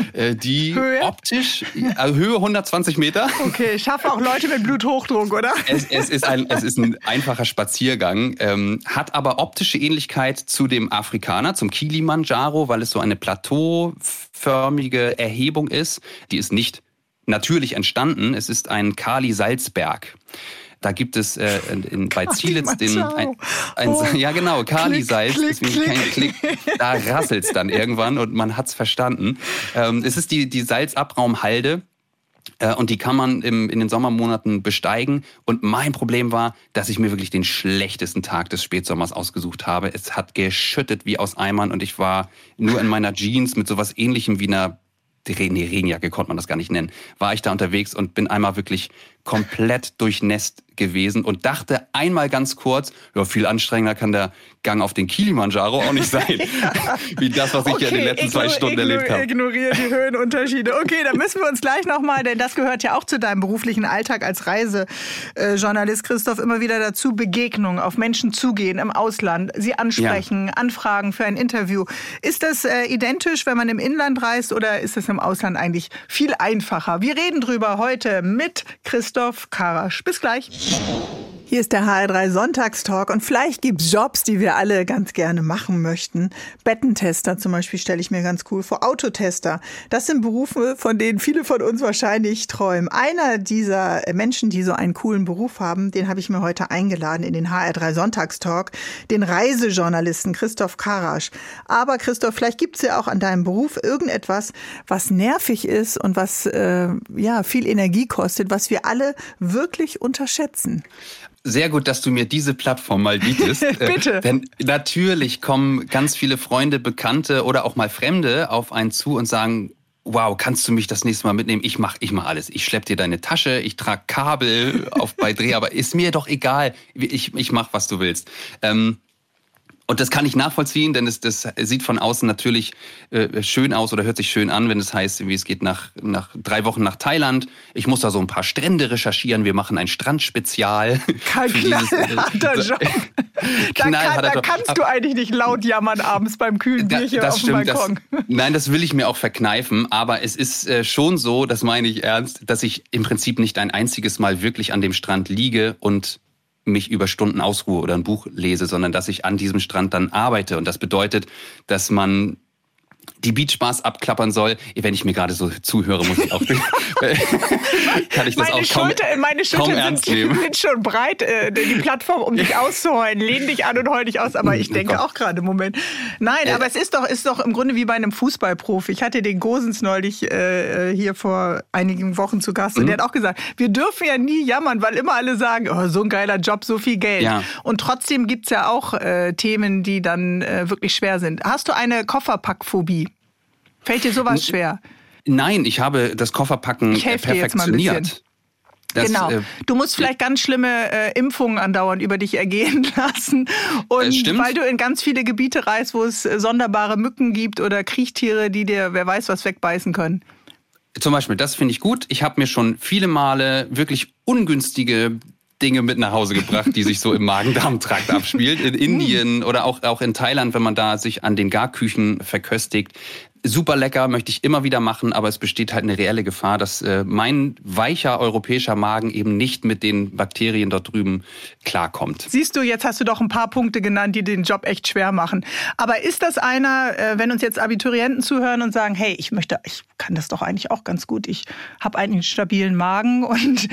[SPEAKER 3] die Höhe? optisch, also Höhe hundertzwanzig Meter.
[SPEAKER 2] Okay, schaffe auch Leute mit Bluthochdruck, oder?
[SPEAKER 3] Es, es, ist, ein, es ist ein einfacher Spaziergang, ähm, hat aber optische Ähnlichkeit zu dem Afrikaner, zum Kilimanjaro, weil es so eine plateauförmige Erhebung ist, die ist nicht natürlich entstanden. Es ist ein Kali-Salzberg. Da gibt es äh, in, bei Zielitz den... Ein, ein, oh. Ja genau, Kali-Salz. Deswegen kein Klick. Da rasselt's dann irgendwann und man hat's verstanden. Ähm, es ist die, die Salzabraumhalde. Äh, und die kann man im, in den Sommermonaten besteigen. Und mein Problem war, dass ich mir wirklich den schlechtesten Tag des Spätsommers ausgesucht habe. Es hat geschüttet wie aus Eimern und ich war nur in meiner Jeans mit sowas Ähnlichem wie einer... Nee, Regenjacke konnte man das gar nicht nennen, war ich da unterwegs und bin einmal wirklich komplett durchnässt gewesen und dachte einmal ganz kurz, ja, viel anstrengender kann der Gang auf den Kilimanjaro auch nicht sein, wie das, was ich okay, ja in den letzten zwei Stunden
[SPEAKER 2] ignor,
[SPEAKER 3] erlebt habe.
[SPEAKER 2] Ignoriere die Höhenunterschiede. Okay, dann müssen wir uns gleich nochmal, denn das gehört ja auch zu deinem beruflichen Alltag als Reisejournalist, Christoph, immer wieder dazu, Begegnungen, auf Menschen zugehen im Ausland, sie ansprechen, ja. anfragen für ein Interview. Ist das äh, identisch, wenn man im Inland reist oder ist es im Ausland eigentlich viel einfacher? Wir reden drüber heute mit Christoph Karasch. Bis gleich. Hier ist der H R drei Sonntagstalk und vielleicht gibt es Jobs, die wir alle ganz gerne machen möchten. Bettentester zum Beispiel stelle ich mir ganz cool vor. Autotester, das sind Berufe, von denen viele von uns wahrscheinlich träumen. Einer dieser Menschen, die so einen coolen Beruf haben, den habe ich mir heute eingeladen in den H R drei Sonntagstalk, den Reisejournalisten Christoph Karasch. Aber Christoph, vielleicht gibt es ja auch an deinem Beruf irgendetwas, was nervig ist und was äh, ja viel Energie kostet, was wir alle wirklich unterschätzen.
[SPEAKER 3] Sehr gut, dass du mir diese Plattform mal bietest.
[SPEAKER 2] Bitte.
[SPEAKER 3] Äh, denn natürlich kommen ganz viele Freunde, Bekannte oder auch mal Fremde auf einen zu und sagen, wow, kannst du mich das nächste Mal mitnehmen? Ich mach, ich mach alles. Ich schlepp dir deine Tasche, ich trage Kabel auf bei Dreh, aber ist mir doch egal. Ich, ich mach, was du willst. Ähm, Und das kann ich nachvollziehen, denn es, das sieht von außen natürlich äh, schön aus oder hört sich schön an, wenn es heißt, wie es geht nach, nach drei Wochen nach Thailand. Ich muss da so ein paar Strände recherchieren. Wir machen ein Strandspezial.
[SPEAKER 2] Kein knallharter Job. Da, kann, da kannst du eigentlich nicht laut jammern abends beim kühlen Bierchen
[SPEAKER 3] da,
[SPEAKER 2] auf dem
[SPEAKER 3] stimmt,
[SPEAKER 2] Balkon.
[SPEAKER 3] Das, nein, das will ich mir auch verkneifen. Aber es ist äh, schon so, das meine ich ernst, dass ich im Prinzip nicht ein einziges Mal wirklich an dem Strand liege und mich über Stunden ausruhe oder ein Buch lese, sondern dass ich an diesem Strand dann arbeite. Und das bedeutet, dass man die Beachbars abklappern soll. Wenn ich mir gerade so zuhöre, muss ich auch kann ich das
[SPEAKER 2] meine
[SPEAKER 3] auch kaum,
[SPEAKER 2] Schulter, meine
[SPEAKER 3] kaum
[SPEAKER 2] Schulter
[SPEAKER 3] ernst
[SPEAKER 2] sind,
[SPEAKER 3] nehmen.
[SPEAKER 2] sind schon breit, äh, die Plattform, um dich auszuheulen. Lehn dich an und heul dich aus. Aber ich denke auch gerade, Moment. Nein, äh, aber es ist doch, ist doch im Grunde wie bei einem Fußballprofi. Ich hatte den Gosens neulich äh, hier vor einigen Wochen zu Gast. Und der hat auch gesagt, wir dürfen ja nie jammern, weil immer alle sagen, oh, so ein geiler Job, so viel Geld.
[SPEAKER 3] Ja.
[SPEAKER 2] Und trotzdem gibt's ja auch äh, Themen, die dann äh, wirklich schwer sind. Hast du eine Kofferpackphobie? Fällt dir sowas schwer?
[SPEAKER 3] Nein, ich habe das Kofferpacken
[SPEAKER 2] ich helfe dir jetzt mal ein bisschen.
[SPEAKER 3] Das,
[SPEAKER 2] genau.
[SPEAKER 3] Äh,
[SPEAKER 2] du musst vielleicht ganz schlimme äh, Impfungen andauernd über dich ergehen lassen. Und
[SPEAKER 3] äh,
[SPEAKER 2] weil du in ganz viele Gebiete reist, wo es äh, sonderbare Mücken gibt oder Kriechtiere, die dir, wer weiß, was wegbeißen können.
[SPEAKER 3] Zum Beispiel, das finde ich gut. Ich habe mir schon viele Male wirklich ungünstige Dinge mit nach Hause gebracht, die sich so im Magen-Darm-Trakt abspielt. In Indien oder auch, auch in Thailand, wenn man da sich an den Garküchen verköstigt. Super lecker, möchte ich immer wieder machen, aber es besteht halt eine reelle Gefahr, dass äh, mein weicher europäischer Magen eben nicht mit den Bakterien dort drüben klarkommt.
[SPEAKER 2] Siehst du, jetzt hast du doch ein paar Punkte genannt, die den Job echt schwer machen. Aber ist das einer, äh, wenn uns jetzt Abiturienten zuhören und sagen, hey, ich möchte, ich kann das doch eigentlich auch ganz gut, ich habe eigentlich einen stabilen Magen und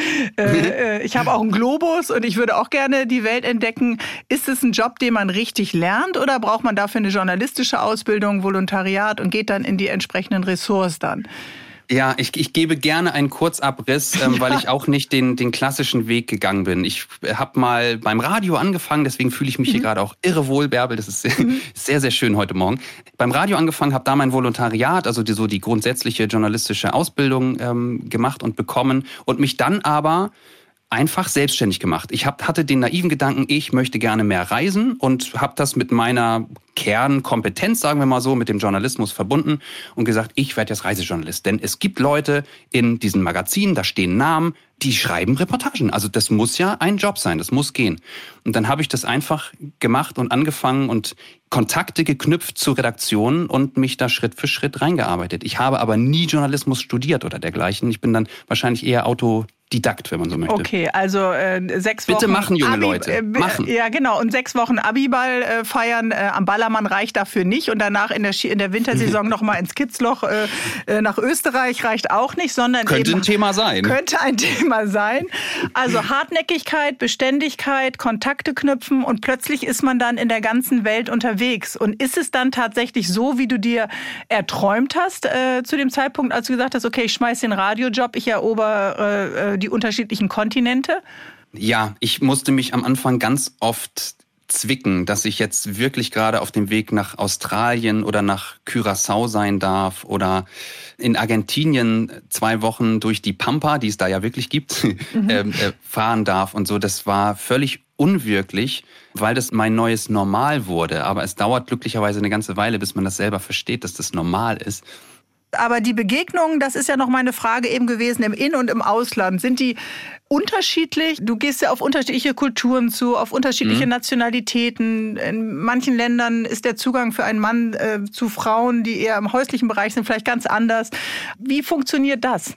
[SPEAKER 2] äh, ich habe auch einen Globus und ich würde auch gerne die Welt entdecken. Ist es ein Job, den man richtig lernt oder braucht man dafür eine journalistische Ausbildung, Volontariat und geht dann in die entsprechenden Ressorts dann?
[SPEAKER 3] Ja, ich, ich gebe gerne einen Kurzabriss, ähm, ja. weil ich auch nicht den, den klassischen Weg gegangen bin. Ich habe mal beim Radio angefangen, deswegen fühle ich mich mhm. hier gerade auch irre wohl, Bärbel. Das ist sehr, mhm. sehr, sehr schön heute Morgen. Beim Radio angefangen, habe da mein Volontariat, also die, so die grundsätzliche journalistische Ausbildung ähm, gemacht und bekommen und mich dann aber einfach selbstständig gemacht. Ich hab, hatte den naiven Gedanken, ich möchte gerne mehr reisen und habe das mit meiner Kernkompetenz, sagen wir mal so, mit dem Journalismus verbunden und gesagt, ich werde jetzt Reisejournalist. Denn es gibt Leute in diesen Magazinen, da stehen Namen, die schreiben Reportagen. Also das muss ja ein Job sein, das muss gehen. Und dann habe ich das einfach gemacht und angefangen und Kontakte geknüpft zu Redaktionen und mich da Schritt für Schritt reingearbeitet. Ich habe aber nie Journalismus studiert oder dergleichen. Ich bin dann wahrscheinlich eher Autodidakt, wenn man so möchte.
[SPEAKER 2] Okay, also äh, sechs Wochen...
[SPEAKER 3] Bitte machen, junge
[SPEAKER 2] Abi,
[SPEAKER 3] Leute,
[SPEAKER 2] äh,
[SPEAKER 3] machen.
[SPEAKER 2] Ja, genau. Und sechs Wochen Abiball äh, feiern äh, am Ballermann reicht dafür nicht. Und danach in der, in der Wintersaison noch mal ins Kitzloch äh, äh, nach Österreich reicht auch nicht, sondern
[SPEAKER 3] Könnte
[SPEAKER 2] eben,
[SPEAKER 3] ein Thema sein.
[SPEAKER 2] Könnte ein Thema sein. Also Hartnäckigkeit, Beständigkeit, Kontakte knüpfen und plötzlich ist man dann in der ganzen Welt unterwegs. Und ist es dann tatsächlich so, wie du dir erträumt hast äh, zu dem Zeitpunkt, als du gesagt hast, okay, ich schmeiß den Radiojob, ich erobere äh, die unterschiedlichen Kontinente?
[SPEAKER 3] Ja, ich musste mich am Anfang ganz oft zwicken, dass ich jetzt wirklich gerade auf dem Weg nach Australien oder nach Curaçao sein darf oder in Argentinien zwei Wochen durch die Pampa, die es da ja wirklich gibt, mhm. äh, fahren darf und so. Das war völlig unwirklich, weil das mein neues Normal wurde. Aber es dauert glücklicherweise eine ganze Weile, bis man das selber versteht, dass das normal ist.
[SPEAKER 2] Aber die Begegnungen, das ist ja noch meine Frage eben gewesen, im In- und im Ausland, sind die unterschiedlich? Du gehst ja auf unterschiedliche Kulturen zu, auf unterschiedliche mhm. Nationalitäten. In manchen Ländern ist der Zugang für einen Mann äh, zu Frauen, die eher im häuslichen Bereich sind, vielleicht ganz anders. Wie funktioniert das?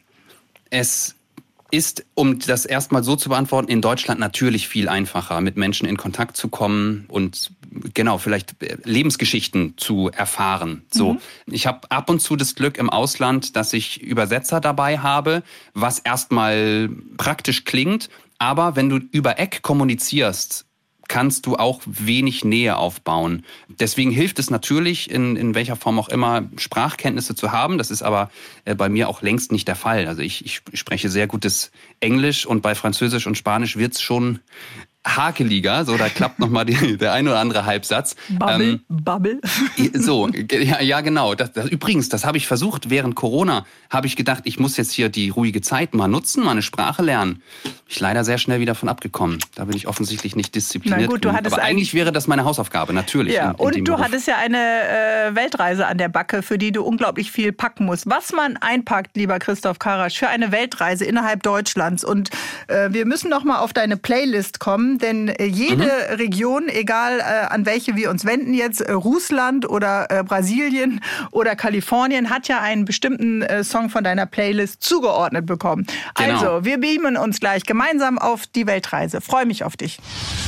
[SPEAKER 3] Es ist, um das erstmal so zu beantworten, in Deutschland natürlich viel einfacher, mit Menschen in Kontakt zu kommen und genau, vielleicht Lebensgeschichten zu erfahren. So, mhm. Ich habe ab und zu das Glück im Ausland, dass ich Übersetzer dabei habe, was erstmal praktisch klingt, aber wenn du über Eck kommunizierst, kannst du auch wenig Nähe aufbauen. Deswegen hilft es natürlich, in, in welcher Form auch immer, Sprachkenntnisse zu haben. Das ist aber äh, bei mir auch längst nicht der Fall. Also ich, ich spreche sehr gutes Englisch und bei Französisch und Spanisch wird's schon hakeliger, so da klappt nochmal der ein oder andere Halbsatz.
[SPEAKER 2] Bubble,
[SPEAKER 3] ähm,
[SPEAKER 2] Bubble.
[SPEAKER 3] So, ja, ja genau. Das, das, übrigens, das habe ich versucht während Corona, habe ich gedacht, ich muss jetzt hier die ruhige Zeit mal nutzen, mal eine Sprache lernen. Bin ich leider sehr schnell wieder von abgekommen. Da bin ich offensichtlich nicht diszipliniert.
[SPEAKER 2] Na gut, du hattest
[SPEAKER 3] aber eigentlich wäre das meine Hausaufgabe, natürlich.
[SPEAKER 2] Ja,
[SPEAKER 3] in, in
[SPEAKER 2] und
[SPEAKER 3] dem
[SPEAKER 2] du
[SPEAKER 3] Beruf.
[SPEAKER 2] hattest ja eine äh, Weltreise an der Backe, für die du unglaublich viel packen musst. Was man einpackt, lieber Christoph Karasch, für eine Weltreise innerhalb Deutschlands. Und äh, wir müssen noch mal auf deine Playlist kommen, denn äh, jede mhm. Region, egal äh, an welche wir uns wenden jetzt, äh, Russland oder äh, Brasilien oder Kalifornien, hat ja einen bestimmten äh, Song von deiner Playlist zugeordnet bekommen.
[SPEAKER 3] Genau.
[SPEAKER 2] Also, wir beamen uns gleich gemeinsam auf die Weltreise. Freue mich auf dich.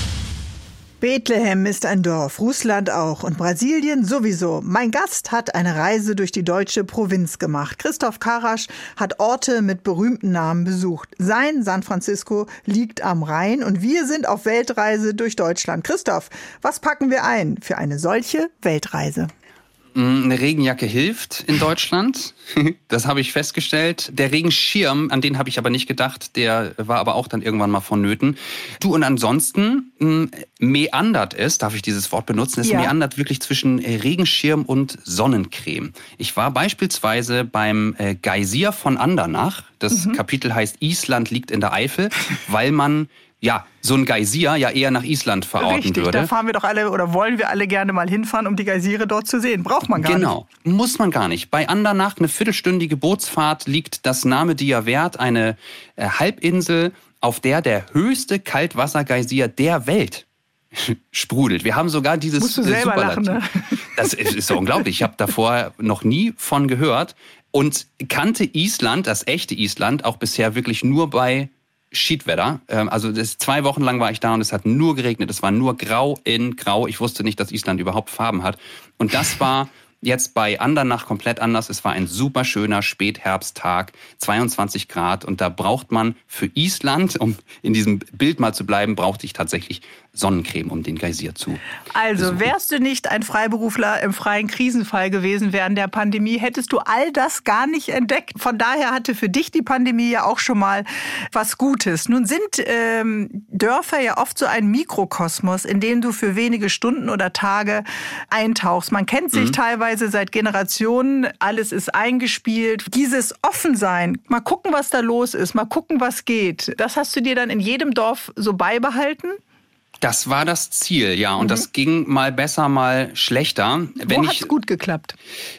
[SPEAKER 2] Bethlehem ist ein Dorf, Russland auch und Brasilien sowieso. Mein Gast hat eine Reise durch die deutsche Provinz gemacht. Christoph Karasch hat Orte mit berühmten Namen besucht. Sein San Francisco liegt am Rhein und wir sind auf Weltreise durch Deutschland. Christoph, was packen wir ein für eine solche Weltreise?
[SPEAKER 3] Eine Regenjacke hilft in Deutschland, das habe ich festgestellt. Der Regenschirm, an den habe ich aber nicht gedacht, der war aber auch dann irgendwann mal vonnöten. Du, und ansonsten mh, meandert es, darf ich dieses Wort benutzen, es ja. meandert wirklich zwischen Regenschirm und Sonnencreme. Ich war beispielsweise beim äh, Geysir von Andernach. Das mhm. Kapitel heißt Island liegt in der Eifel, weil man ja, so ein Geysir ja eher nach Island verorten
[SPEAKER 2] Richtig,
[SPEAKER 3] würde.
[SPEAKER 2] Da fahren wir doch alle oder wollen wir alle gerne mal hinfahren, um die Geysire dort zu sehen. Braucht man gar
[SPEAKER 3] genau. nicht. Genau, muss man gar nicht. Bei Andernach, eine viertelstündige Bootsfahrt, liegt das Name Dia Wert, eine äh, Halbinsel, auf der der höchste Kaltwassergeysir der Welt sprudelt. Wir haben sogar dieses
[SPEAKER 2] Musst du selber
[SPEAKER 3] Superlativ.
[SPEAKER 2] lachen, ne?
[SPEAKER 3] Das ist, ist so unglaublich. Ich habe davor noch nie von gehört und kannte Island, das echte Island, auch bisher wirklich nur bei Schiedwetter. Also das, zwei Wochen lang war ich da und es hat nur geregnet. Es war nur grau in grau. Ich wusste nicht, dass Island überhaupt Farben hat. Und das war jetzt bei Andernach komplett anders. Es war ein super schöner Spätherbsttag, zweiundzwanzig Grad. Und da braucht man für Island, um in diesem Bild mal zu bleiben, brauchte ich tatsächlich Sonnencreme, um den Geysir zu
[SPEAKER 2] Also
[SPEAKER 3] besuchen.
[SPEAKER 2] Wärst du nicht ein Freiberufler im freien Krisenfall gewesen während der Pandemie, hättest du all das gar nicht entdeckt. Von daher hatte für dich die Pandemie ja auch schon mal was Gutes. Nun sind ähm, Dörfer ja oft so ein Mikrokosmos, in dem du für wenige Stunden oder Tage eintauchst. Man kennt sich mhm. teilweise seit Generationen, alles ist eingespielt. Dieses Offensein, mal gucken, was da los ist, mal gucken, was geht, das hast du dir dann in jedem Dorf so beibehalten?
[SPEAKER 3] Das war das Ziel, ja. Und mhm. das ging mal besser, mal schlechter.
[SPEAKER 2] Wenn Wo hat's ich, gut geklappt?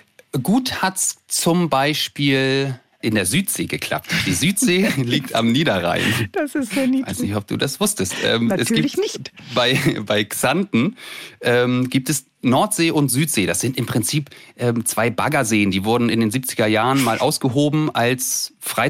[SPEAKER 3] Gut hat's zum Beispiel in der Südsee geklappt. Die Südsee liegt am Niederrhein.
[SPEAKER 2] Das ist sehr niedlich.
[SPEAKER 3] Ich weiß nicht, ob du das wusstest. Ähm,
[SPEAKER 2] Natürlich
[SPEAKER 3] es gibt
[SPEAKER 2] nicht.
[SPEAKER 3] Bei, bei Xanten ähm, gibt es Nordsee und Südsee. Das sind im Prinzip ähm, zwei Baggerseen. Die wurden in den siebziger Jahren mal ausgehoben als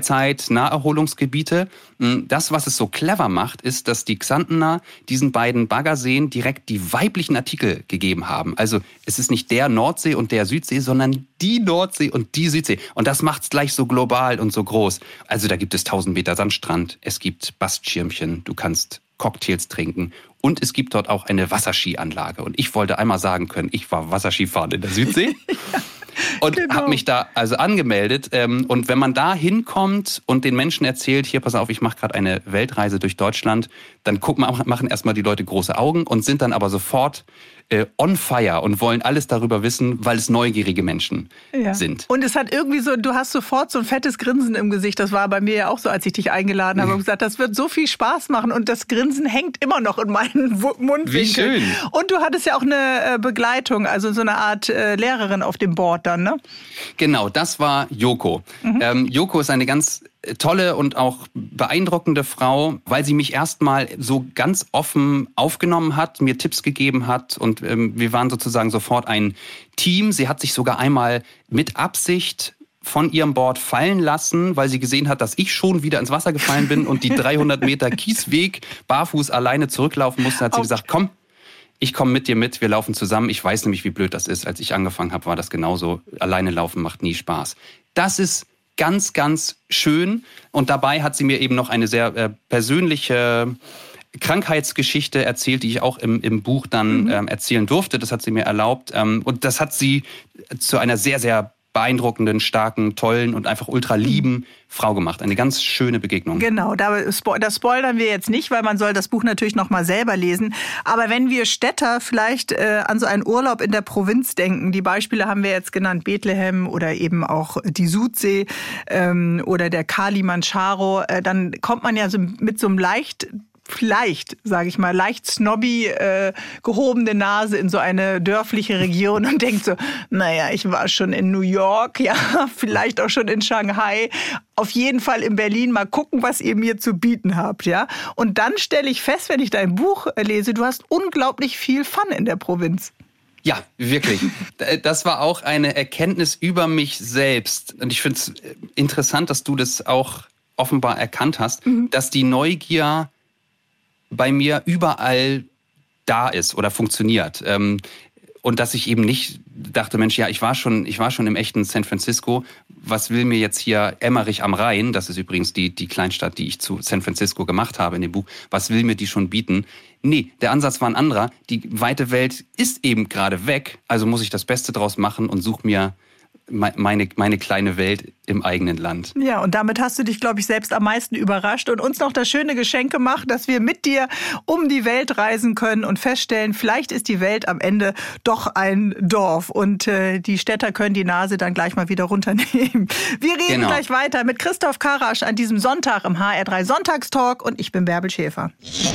[SPEAKER 3] Freizeit-Naherholungsgebiete. Das, was es so clever macht, ist, dass die Xantener diesen beiden Baggerseen direkt die weiblichen Artikel gegeben haben. Also es ist nicht der Nordsee und der Südsee, sondern die Nordsee und die Südsee. Und das macht es gleich so global und so groß. Also da gibt es tausend Meter Sandstrand, es gibt Bastschirmchen, du kannst Cocktails trinken und es gibt dort auch eine Wasserskianlage. Und ich wollte einmal sagen können, ich war Wasserskifahren in der Südsee. ja. Und genau. habe mich da also angemeldet. Und wenn man da hinkommt und den Menschen erzählt, hier, pass auf, ich mache gerade eine Weltreise durch Deutschland, dann gucken, machen erstmal die Leute große Augen und sind dann aber sofort äh, on fire und wollen alles darüber wissen, weil es neugierige Menschen ja. sind.
[SPEAKER 2] Und es hat irgendwie so, du hast sofort so ein fettes Grinsen im Gesicht. Das war bei mir ja auch so, als ich dich eingeladen habe und gesagt, das wird so viel Spaß machen. Und das Grinsen hängt immer noch in meinen Mundwinkeln.
[SPEAKER 3] Wie schön.
[SPEAKER 2] Und du hattest ja auch eine Begleitung, also so eine Art äh, Lehrerin auf dem Board dann, ne?
[SPEAKER 3] Genau, das war Joko. Mhm. Ähm, Joko ist eine ganz tolle und auch beeindruckende Frau, weil sie mich erstmal so ganz offen aufgenommen hat, mir Tipps gegeben hat und ähm, wir waren sozusagen sofort ein Team. Sie hat sich sogar einmal mit Absicht von ihrem Board fallen lassen, weil sie gesehen hat, dass ich schon wieder ins Wasser gefallen bin und die dreihundert Meter Kiesweg barfuß alleine zurücklaufen musste. Hat sie gesagt, komm, ich komme mit dir mit, wir laufen zusammen. Ich weiß nämlich, wie blöd das ist. Als ich angefangen habe, war das genauso. Alleine laufen macht nie Spaß. Das ist ganz, ganz schön. Und dabei hat sie mir eben noch eine sehr äh, persönliche Krankheitsgeschichte erzählt, die ich auch im, im Buch dann mhm. ähm, erzählen durfte. Das hat sie mir erlaubt. Ähm, und das hat sie zu einer sehr, sehr beeindruckenden, starken, tollen und einfach ultra lieben Frau gemacht. Eine ganz schöne Begegnung.
[SPEAKER 2] Genau, das spoilern wir jetzt nicht, weil man soll das Buch natürlich noch mal selber lesen. Aber wenn wir Städter vielleicht äh, an so einen Urlaub in der Provinz denken, die Beispiele haben wir jetzt genannt, Bethlehem oder eben auch die Sudsee ähm, oder der Kilimanjaro, äh, dann kommt man ja so mit so einem leicht vielleicht, sage ich mal, leicht snobby äh, gehobene Nase in so eine dörfliche Region und denkt so, naja, ich war schon in New York, ja, vielleicht auch schon in Shanghai, auf jeden Fall in Berlin, mal gucken, was ihr mir zu bieten habt, ja. Und dann stelle ich fest, wenn ich dein Buch lese, du hast unglaublich viel Fun in der Provinz.
[SPEAKER 3] Ja, wirklich. Das war auch eine Erkenntnis über mich selbst. Und ich finde es interessant, dass du das auch offenbar erkannt hast, mhm. dass die Neugier bei mir überall da ist oder funktioniert. Ähm, und dass ich eben nicht dachte, Mensch, ja, ich war schon, ich war schon im echten San Francisco. Was will mir jetzt hier Emmerich am Rhein, das ist übrigens die, die Kleinstadt, die ich zu San Francisco gemacht habe in dem Buch, was will mir die schon bieten? Nee, der Ansatz war ein anderer. Die weite Welt ist eben gerade weg, also muss ich das Beste draus machen und suche mir meine, meine kleine Welt im eigenen Land.
[SPEAKER 2] Ja, und damit hast du dich, glaube ich, selbst am meisten überrascht und uns noch das schöne Geschenk gemacht, dass wir mit dir um die Welt reisen können und feststellen, vielleicht ist die Welt am Ende doch ein Dorf und äh, die Städter können die Nase dann gleich mal wieder runternehmen. Wir reden
[SPEAKER 3] genau.
[SPEAKER 2] gleich weiter mit Christoph Karasch an diesem Sonntag im H R drei Sonntagstalk und ich bin Bärbel Schäfer.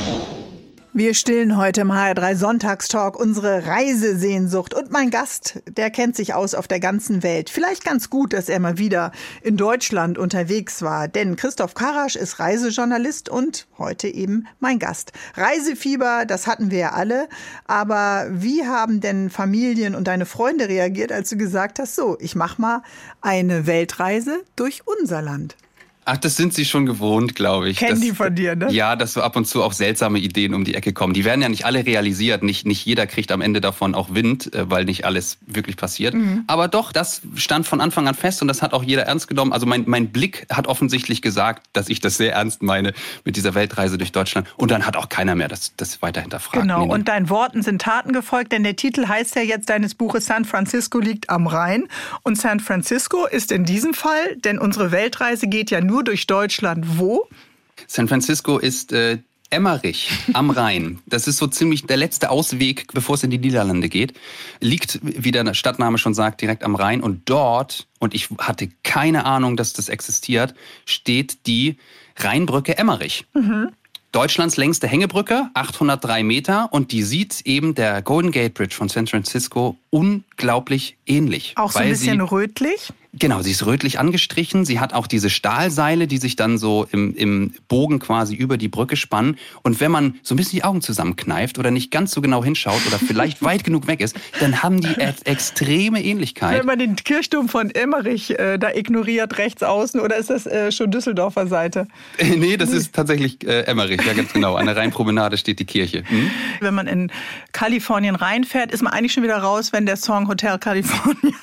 [SPEAKER 2] Wir stillen heute im H R drei Sonntagstalk unsere Reisesehnsucht. Und mein Gast, der kennt sich aus auf der ganzen Welt. Vielleicht ganz gut, dass er mal wieder in Deutschland unterwegs war. Denn Christoph Karasch ist Reisejournalist und heute eben mein Gast. Reisefieber, das hatten wir ja alle. Aber wie haben denn Familien und deine Freunde reagiert, als du gesagt hast, so, ich mach mal eine Weltreise durch unser Land?
[SPEAKER 3] Ach, das sind sie schon gewohnt, glaube ich.
[SPEAKER 2] Kennen
[SPEAKER 3] das,
[SPEAKER 2] die von dir, ne?
[SPEAKER 3] Ja, dass so ab und zu auch seltsame Ideen um die Ecke kommen. Die werden ja nicht alle realisiert. Nicht, nicht jeder kriegt am Ende davon auch Wind, weil nicht alles wirklich passiert. Mhm. Aber doch, das stand von Anfang an fest und das hat auch jeder ernst genommen. Also mein, mein Blick hat offensichtlich gesagt, dass ich das sehr ernst meine mit dieser Weltreise durch Deutschland. Und dann hat auch keiner mehr das, das weiter hinterfragt.
[SPEAKER 2] Genau,
[SPEAKER 3] nee, nee.
[SPEAKER 2] Und deinen Worten sind Taten gefolgt, denn der Titel heißt ja jetzt deines Buches San Francisco liegt am Rhein. Und San Francisco ist in diesem Fall, denn unsere Weltreise geht ja nur durch Deutschland. Wo?
[SPEAKER 3] San Francisco ist äh, Emmerich am Rhein. Das ist so ziemlich der letzte Ausweg, bevor es in die Niederlande geht. Liegt, wie der Stadtname schon sagt, direkt am Rhein. Und dort, und ich hatte keine Ahnung, dass das existiert, steht die Rheinbrücke Emmerich. Mhm. Deutschlands längste Hängebrücke, achthundertdrei Meter. Und die sieht eben der Golden Gate Bridge von San Francisco unglaublich ähnlich.
[SPEAKER 2] Auch so ein bisschen sie, rötlich?
[SPEAKER 3] Genau, sie ist rötlich angestrichen. Sie hat auch diese Stahlseile, die sich dann so im, im Bogen quasi über die Brücke spannen. Und wenn man so ein bisschen die Augen zusammenkneift oder nicht ganz so genau hinschaut oder vielleicht weit genug weg ist, dann haben die e- extreme Ähnlichkeit.
[SPEAKER 2] Wenn man den Kirchturm von Emmerich äh, da ignoriert, rechts außen, oder ist das äh, schon Düsseldorfer Seite?
[SPEAKER 3] Nee, das ist tatsächlich äh, Emmerich, ja ganz genau. An der Rheinpromenade steht die Kirche. Hm?
[SPEAKER 2] Wenn man in Kalifornien reinfährt, ist man eigentlich schon wieder raus, wenn der Song Hotel California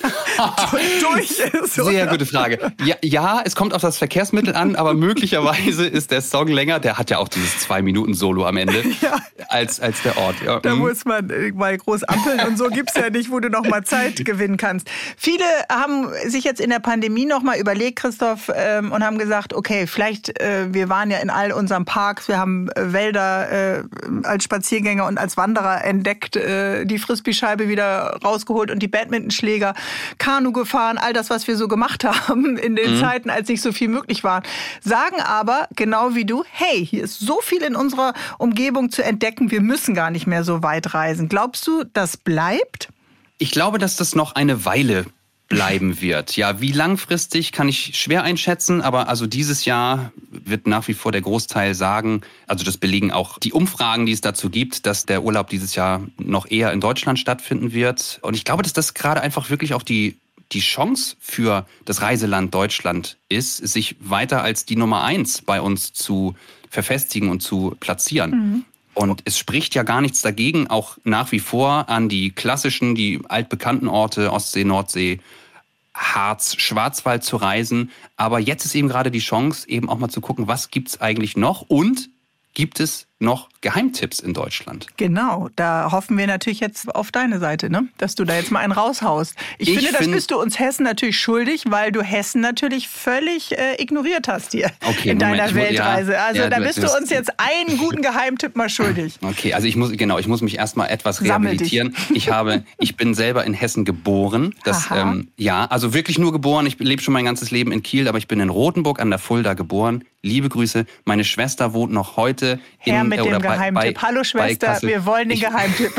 [SPEAKER 2] durch ist.
[SPEAKER 3] Sehr gute Frage. Ja, ja, es kommt auf das Verkehrsmittel an, aber möglicherweise ist der Song länger. Der hat ja auch dieses Zwei-Minuten-Solo am Ende, ja. als, als der Ort. Ja.
[SPEAKER 2] Da muss man mal groß ampeln und so gibt's ja nicht, wo du noch mal Zeit gewinnen kannst. Viele haben sich jetzt in der Pandemie noch mal überlegt, Christoph, ähm, und haben gesagt, okay, vielleicht, äh, wir waren ja in all unseren Parks, wir haben äh, Wälder äh, als Spaziergänger und als Wanderer entdeckt, äh, die Frisbee-Scheibe wieder rausgeholt und die Badmintonschläger, Kanu gefahren, all das, was wir so gemacht haben in den mhm. Zeiten, als nicht so viel möglich war. Sagen aber, genau wie du, hey, hier ist so viel in unserer Umgebung zu entdecken, wir müssen gar nicht mehr so weit reisen. Glaubst du, das bleibt?
[SPEAKER 3] Ich glaube, dass das noch eine Weile bleiben wird. Ja, wie langfristig kann ich schwer einschätzen, aber also dieses Jahr wird nach wie vor der Großteil sagen, also das belegen auch die Umfragen, die es dazu gibt, dass der Urlaub dieses Jahr noch eher in Deutschland stattfinden wird. Und ich glaube, dass das gerade einfach wirklich auch die die Chance für das Reiseland Deutschland ist, sich weiter als die Nummer eins bei uns zu verfestigen und zu platzieren. Mhm. Und es spricht ja gar nichts dagegen, auch nach wie vor an die klassischen, die altbekannten Orte, Ostsee, Nordsee, Harz, Schwarzwald zu reisen. Aber jetzt ist eben gerade die Chance, eben auch mal zu gucken, was gibt's eigentlich noch und gibt es noch Geheimtipps in Deutschland?
[SPEAKER 2] Genau, da hoffen wir natürlich jetzt auf deine Seite, ne? Dass du da jetzt mal einen raushaust. Ich, ich finde, das find, bist du uns Hessen natürlich schuldig, weil du Hessen natürlich völlig äh, ignoriert hast hier
[SPEAKER 3] okay,
[SPEAKER 2] in
[SPEAKER 3] Moment,
[SPEAKER 2] deiner
[SPEAKER 3] muss,
[SPEAKER 2] Weltreise.
[SPEAKER 3] Ja,
[SPEAKER 2] also
[SPEAKER 3] ja,
[SPEAKER 2] da
[SPEAKER 3] du,
[SPEAKER 2] bist du uns jetzt einen guten Geheimtipp mal schuldig.
[SPEAKER 3] Okay, also ich muss genau, ich muss mich erstmal etwas rehabilitieren. Ich habe, ich bin selber in Hessen geboren. Das, ähm, ja, also wirklich nur geboren. Ich lebe schon mein ganzes Leben in Kiel, aber ich bin in Rothenburg an der Fulda geboren. Liebe Grüße. Meine Schwester wohnt noch heute in
[SPEAKER 2] Her mit
[SPEAKER 3] äh,
[SPEAKER 2] dem
[SPEAKER 3] bei,
[SPEAKER 2] Geheimtipp.
[SPEAKER 3] bei,
[SPEAKER 2] Hallo Schwester, wir wollen den ich, Geheimtipp.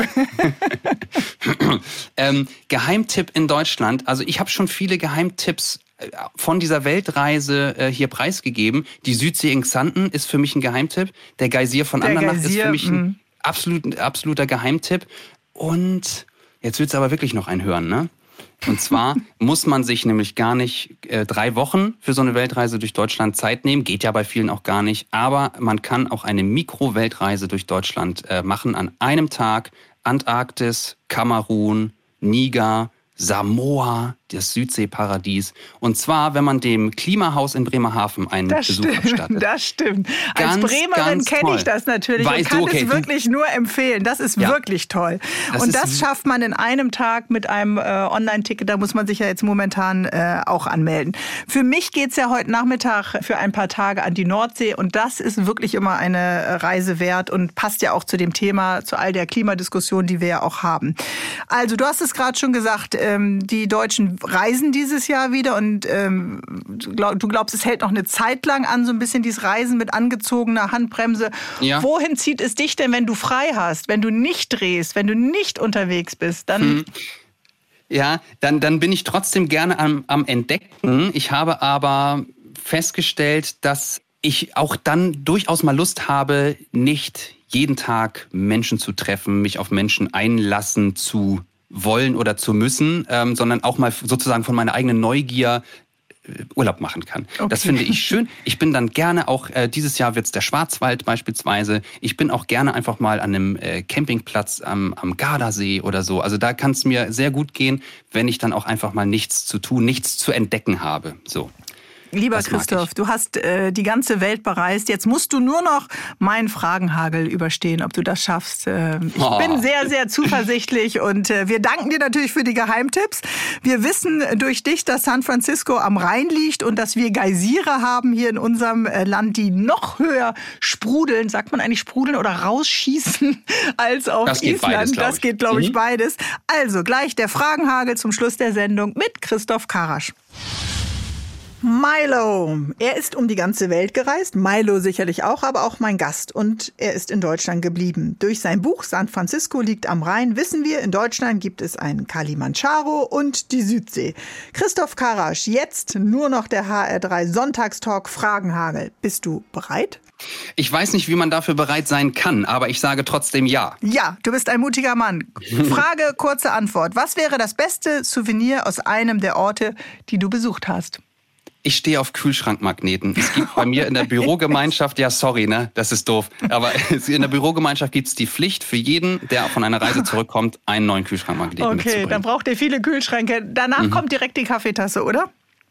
[SPEAKER 3] ähm, Geheimtipp in Deutschland. Also ich habe schon viele Geheimtipps von dieser Weltreise äh, hier preisgegeben. Die Südsee in Xanten ist für mich ein Geheimtipp. Der Geysir von
[SPEAKER 2] Der
[SPEAKER 3] Andernach
[SPEAKER 2] Geysir,
[SPEAKER 3] ist für mich ein
[SPEAKER 2] mh.
[SPEAKER 3] absolut, absoluter Geheimtipp. Und jetzt willst du aber wirklich noch einen hören, ne? Und zwar muss man sich nämlich gar nicht äh, drei Wochen für so eine Weltreise durch Deutschland Zeit nehmen. Geht ja bei vielen auch gar nicht. Aber man kann auch eine Mikro-Weltreise durch Deutschland äh, machen an einem Tag. Antarktis, Kamerun, Niger, Samoa, das Südseeparadies. Und zwar, wenn man dem Klimahaus in Bremerhaven einen
[SPEAKER 2] das
[SPEAKER 3] Besuch
[SPEAKER 2] stimmt,
[SPEAKER 3] abstattet.
[SPEAKER 2] Das stimmt.
[SPEAKER 3] Ganz,
[SPEAKER 2] Als Bremerin kenne ich das natürlich
[SPEAKER 3] weißt
[SPEAKER 2] und kann
[SPEAKER 3] du, okay,
[SPEAKER 2] es wirklich nur empfehlen. Das ist
[SPEAKER 3] ja.
[SPEAKER 2] wirklich toll.
[SPEAKER 3] Das
[SPEAKER 2] und das schafft man in einem Tag mit einem äh, Online-Ticket. Da muss man sich ja jetzt momentan äh, auch anmelden. Für mich geht's ja heute Nachmittag für ein paar Tage an die Nordsee. Und das ist wirklich immer eine Reise wert und passt ja auch zu dem Thema, zu all der Klimadiskussion, die wir ja auch haben. Also du hast es gerade schon gesagt, ähm, die Deutschen reisen dieses Jahr wieder und ähm, du glaubst, es hält noch eine Zeit lang an, so ein bisschen dieses Reisen mit angezogener Handbremse. Ja. Wohin zieht es dich denn, wenn du frei hast, wenn du nicht drehst, wenn du nicht unterwegs bist? Dann
[SPEAKER 3] hm. Ja, dann, dann bin ich trotzdem gerne am, am Entdecken. Ich habe aber festgestellt, dass ich auch dann durchaus mal Lust habe, nicht jeden Tag Menschen zu treffen, mich auf Menschen einlassen zu wollen oder zu müssen, ähm, sondern auch mal sozusagen von meiner eigenen Neugier äh, Urlaub machen kann. Okay. Das finde ich schön. Ich bin dann gerne auch, äh, dieses Jahr wird's der Schwarzwald beispielsweise. Ich bin auch gerne einfach mal an einem äh, Campingplatz am, am Gardasee oder so. Also da kann es mir sehr gut gehen, wenn ich dann auch einfach mal nichts zu tun, nichts zu entdecken habe. So.
[SPEAKER 2] Lieber das Christoph, du hast äh, die ganze Welt bereist. Jetzt musst du nur noch meinen Fragenhagel überstehen, ob du das schaffst. Äh, ich oh. bin sehr, sehr zuversichtlich und äh, wir danken dir natürlich für die Geheimtipps. Wir wissen durch dich, dass San Francisco am Rhein liegt und dass wir Geysire haben hier in unserem äh, Land, die noch höher sprudeln. Sagt man eigentlich sprudeln oder rausschießen als auf
[SPEAKER 3] das geht
[SPEAKER 2] Island?
[SPEAKER 3] Beides,
[SPEAKER 2] das geht, glaube ich,
[SPEAKER 3] mhm.
[SPEAKER 2] beides. Also gleich der Fragenhagel zum Schluss der Sendung mit Christoph Karasch. Milo. Er ist um die ganze Welt gereist, Milo sicherlich auch, aber auch mein Gast. Und er ist in Deutschland geblieben. Durch sein Buch San Francisco liegt am Rhein wissen wir, in Deutschland gibt es einen Kalimandscharo und die Südsee. Christoph Karasch, jetzt nur noch der H R drei Sonntagstalk Fragenhagel. Bist du bereit?
[SPEAKER 3] Ich weiß nicht, wie man dafür bereit sein kann, aber ich sage trotzdem ja.
[SPEAKER 2] Ja, du bist ein mutiger Mann. Frage, kurze Antwort. Was wäre das beste Souvenir aus einem der Orte, die du besucht hast?
[SPEAKER 3] Ich stehe auf Kühlschrankmagneten. Es gibt bei mir in der Bürogemeinschaft, ja sorry, ne, das ist doof, aber in der Bürogemeinschaft gibt es die Pflicht für jeden, der von einer Reise zurückkommt, einen neuen Kühlschrankmagneten
[SPEAKER 2] okay,
[SPEAKER 3] mitzubringen.
[SPEAKER 2] Okay, dann braucht ihr viele Kühlschränke. Danach mhm. kommt direkt die Kaffeetasse, oder?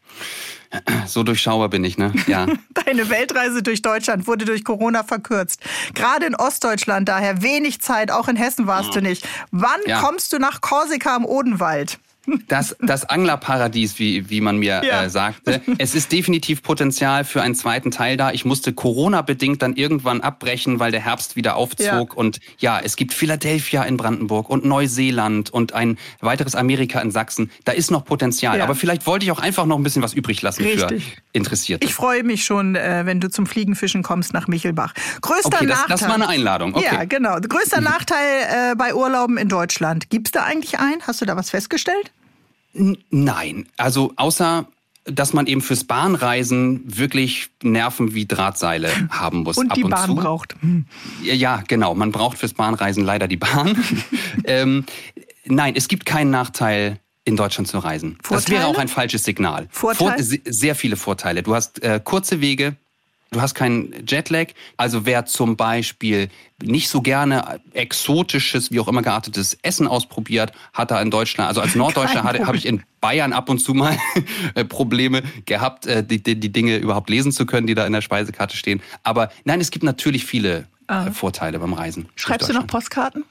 [SPEAKER 3] So durchschaubar bin ich, ne? Ja.
[SPEAKER 2] Deine Weltreise durch Deutschland wurde durch Corona verkürzt. Gerade in Ostdeutschland daher wenig Zeit, auch in Hessen warst oh. du nicht. Wann ja. kommst du nach Korsika im Odenwald?
[SPEAKER 3] Das, das Anglerparadies, wie, wie man mir ja. äh, sagte. Es ist definitiv Potenzial für einen zweiten Teil da. Ich musste Corona-bedingt dann irgendwann abbrechen, weil der Herbst wieder aufzog. Ja. Und ja, es gibt Philadelphia in Brandenburg und Neuseeland und ein weiteres Amerika in Sachsen. Da ist noch Potenzial. Ja. Aber vielleicht wollte ich auch einfach noch ein bisschen was übrig lassen Richtig. für Interessierte.
[SPEAKER 2] Ich freue mich schon, wenn du zum Fliegenfischen kommst nach Michelbach. Größter
[SPEAKER 3] okay, das,
[SPEAKER 2] Nachteil.
[SPEAKER 3] das war eine Einladung. Okay.
[SPEAKER 2] Ja, genau. Größter Nachteil äh, bei Urlauben in Deutschland. Gibt's da eigentlich einen? Hast du da was festgestellt?
[SPEAKER 3] Nein, also außer, dass man eben fürs Bahnreisen wirklich Nerven wie Drahtseile haben muss.
[SPEAKER 2] Und
[SPEAKER 3] ab
[SPEAKER 2] die
[SPEAKER 3] und
[SPEAKER 2] Bahn
[SPEAKER 3] zu.
[SPEAKER 2] braucht.
[SPEAKER 3] Ja, genau, man braucht fürs Bahnreisen leider die Bahn. ähm, nein, es gibt keinen Nachteil, in Deutschland zu reisen.
[SPEAKER 2] Vorteile?
[SPEAKER 3] Das wäre auch ein falsches Signal.
[SPEAKER 2] Vorteile?
[SPEAKER 3] Vor, sehr viele Vorteile. Du hast äh, kurze Wege. Du hast keinen Jetlag. Also wer zum Beispiel nicht so gerne exotisches, wie auch immer geartetes Essen ausprobiert, hat da in Deutschland, also als Norddeutscher habe ich in Bayern ab und zu mal Probleme gehabt, die, die, die Dinge überhaupt lesen zu können, die da in der Speisekarte stehen. Aber nein, es gibt natürlich viele äh, Vorteile beim Reisen.
[SPEAKER 2] Schreibst du noch Postkarten?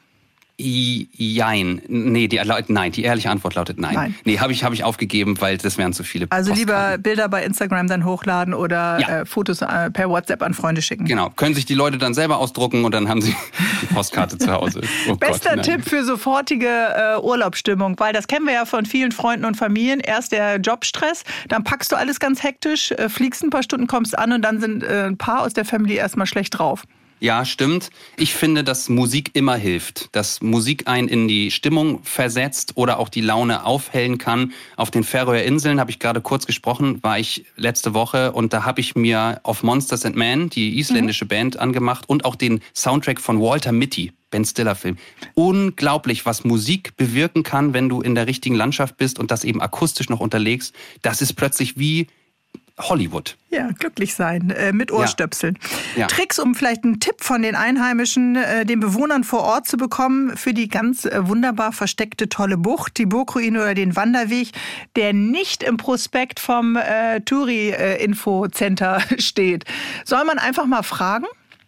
[SPEAKER 3] Jein. Nee, die, nein, die ehrliche Antwort lautet nein. nein. Nee, habe ich, hab ich aufgegeben, weil das wären zu viele
[SPEAKER 2] Also
[SPEAKER 3] Postkarten.
[SPEAKER 2] Lieber Bilder bei Instagram dann hochladen oder ja. äh, Fotos äh, per WhatsApp an Freunde schicken.
[SPEAKER 3] Genau, können sich die Leute dann selber ausdrucken und dann haben sie die Postkarte zu Hause. Oh
[SPEAKER 2] Bester
[SPEAKER 3] Gott,
[SPEAKER 2] Tipp für sofortige äh, Urlaubsstimmung, weil das kennen wir ja von vielen Freunden und Familien. Erst der Jobstress, dann packst du alles ganz hektisch, äh, fliegst ein paar Stunden, kommst an und dann sind äh, ein paar aus der Familie erstmal schlecht drauf.
[SPEAKER 3] Ja, stimmt. Ich finde, dass Musik immer hilft. Dass Musik einen in die Stimmung versetzt oder auch die Laune aufhellen kann. Auf den Färöer Inseln, habe ich gerade kurz gesprochen, war ich letzte Woche und da habe ich mir auf Monsters and Men, die isländische mhm. Band, angemacht und auch den Soundtrack von Walter Mitty, Ben Stiller Film. Unglaublich, was Musik bewirken kann, wenn du in der richtigen Landschaft bist und das eben akustisch noch unterlegst. Das ist plötzlich wie Hollywood.
[SPEAKER 2] Ja, glücklich sein äh, mit Ohrstöpseln.
[SPEAKER 3] Ja. Ja.
[SPEAKER 2] Tricks, um vielleicht einen Tipp von den Einheimischen, äh, den Bewohnern vor Ort zu bekommen für die ganz äh, wunderbar versteckte tolle Bucht, die Burgruine oder den Wanderweg, der nicht im Prospekt vom äh, Touri-Info-Center steht. Soll man einfach mal fragen?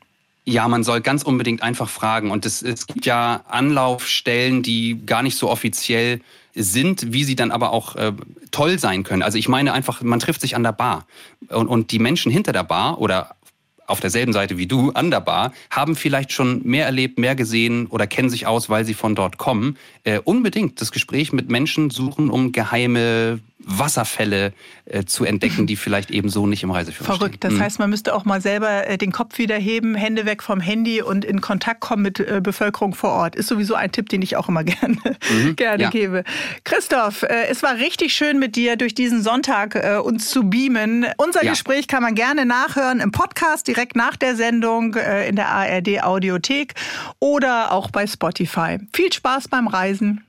[SPEAKER 3] Ja, man soll ganz unbedingt einfach fragen. Und es, es gibt ja Anlaufstellen, die gar nicht so offiziell sind, wie sie dann aber auch äh, toll sein können. Also ich meine einfach, man trifft sich an der Bar. Und, und die Menschen hinter der Bar oder auf derselben Seite wie du, an der Bar, haben vielleicht schon mehr erlebt, mehr gesehen oder kennen sich aus, weil sie von dort kommen. Äh, unbedingt das Gespräch mit Menschen suchen, um geheime Wasserfälle äh, zu entdecken, die vielleicht eben so nicht im Reiseführer
[SPEAKER 2] Verrückt.
[SPEAKER 3] stehen.
[SPEAKER 2] Das heißt, man müsste auch mal selber äh, den Kopf wieder heben, Hände weg vom Handy und in Kontakt kommen mit äh, Bevölkerung vor Ort. Ist sowieso ein Tipp, den ich auch immer gerne, mhm. gerne ja. gebe. Christoph, äh, es war richtig schön mit dir durch diesen Sonntag äh, uns zu beamen. Unser ja. Gespräch kann man gerne nachhören im Podcast, direkt nach der Sendung äh, in der A R D Audiothek oder auch bei Spotify. Viel Spaß beim Reisen.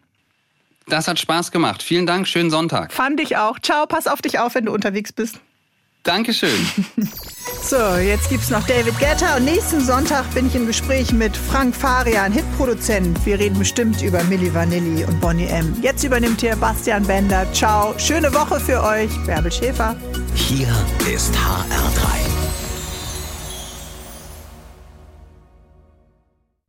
[SPEAKER 3] Das hat Spaß gemacht. Vielen Dank, schönen Sonntag.
[SPEAKER 2] Fand ich auch. Ciao, pass auf dich auf, wenn du unterwegs bist.
[SPEAKER 3] Dankeschön.
[SPEAKER 2] So, jetzt gibt's noch David Guetta und nächsten Sonntag bin ich im Gespräch mit Frank Farian, Hitproduzent. Wir reden bestimmt über Milli Vanilli und Boney M. Jetzt übernimmt hier Bastian Bender. Ciao, schöne Woche für euch. Bärbel Schäfer.
[SPEAKER 1] Hier ist H R drei.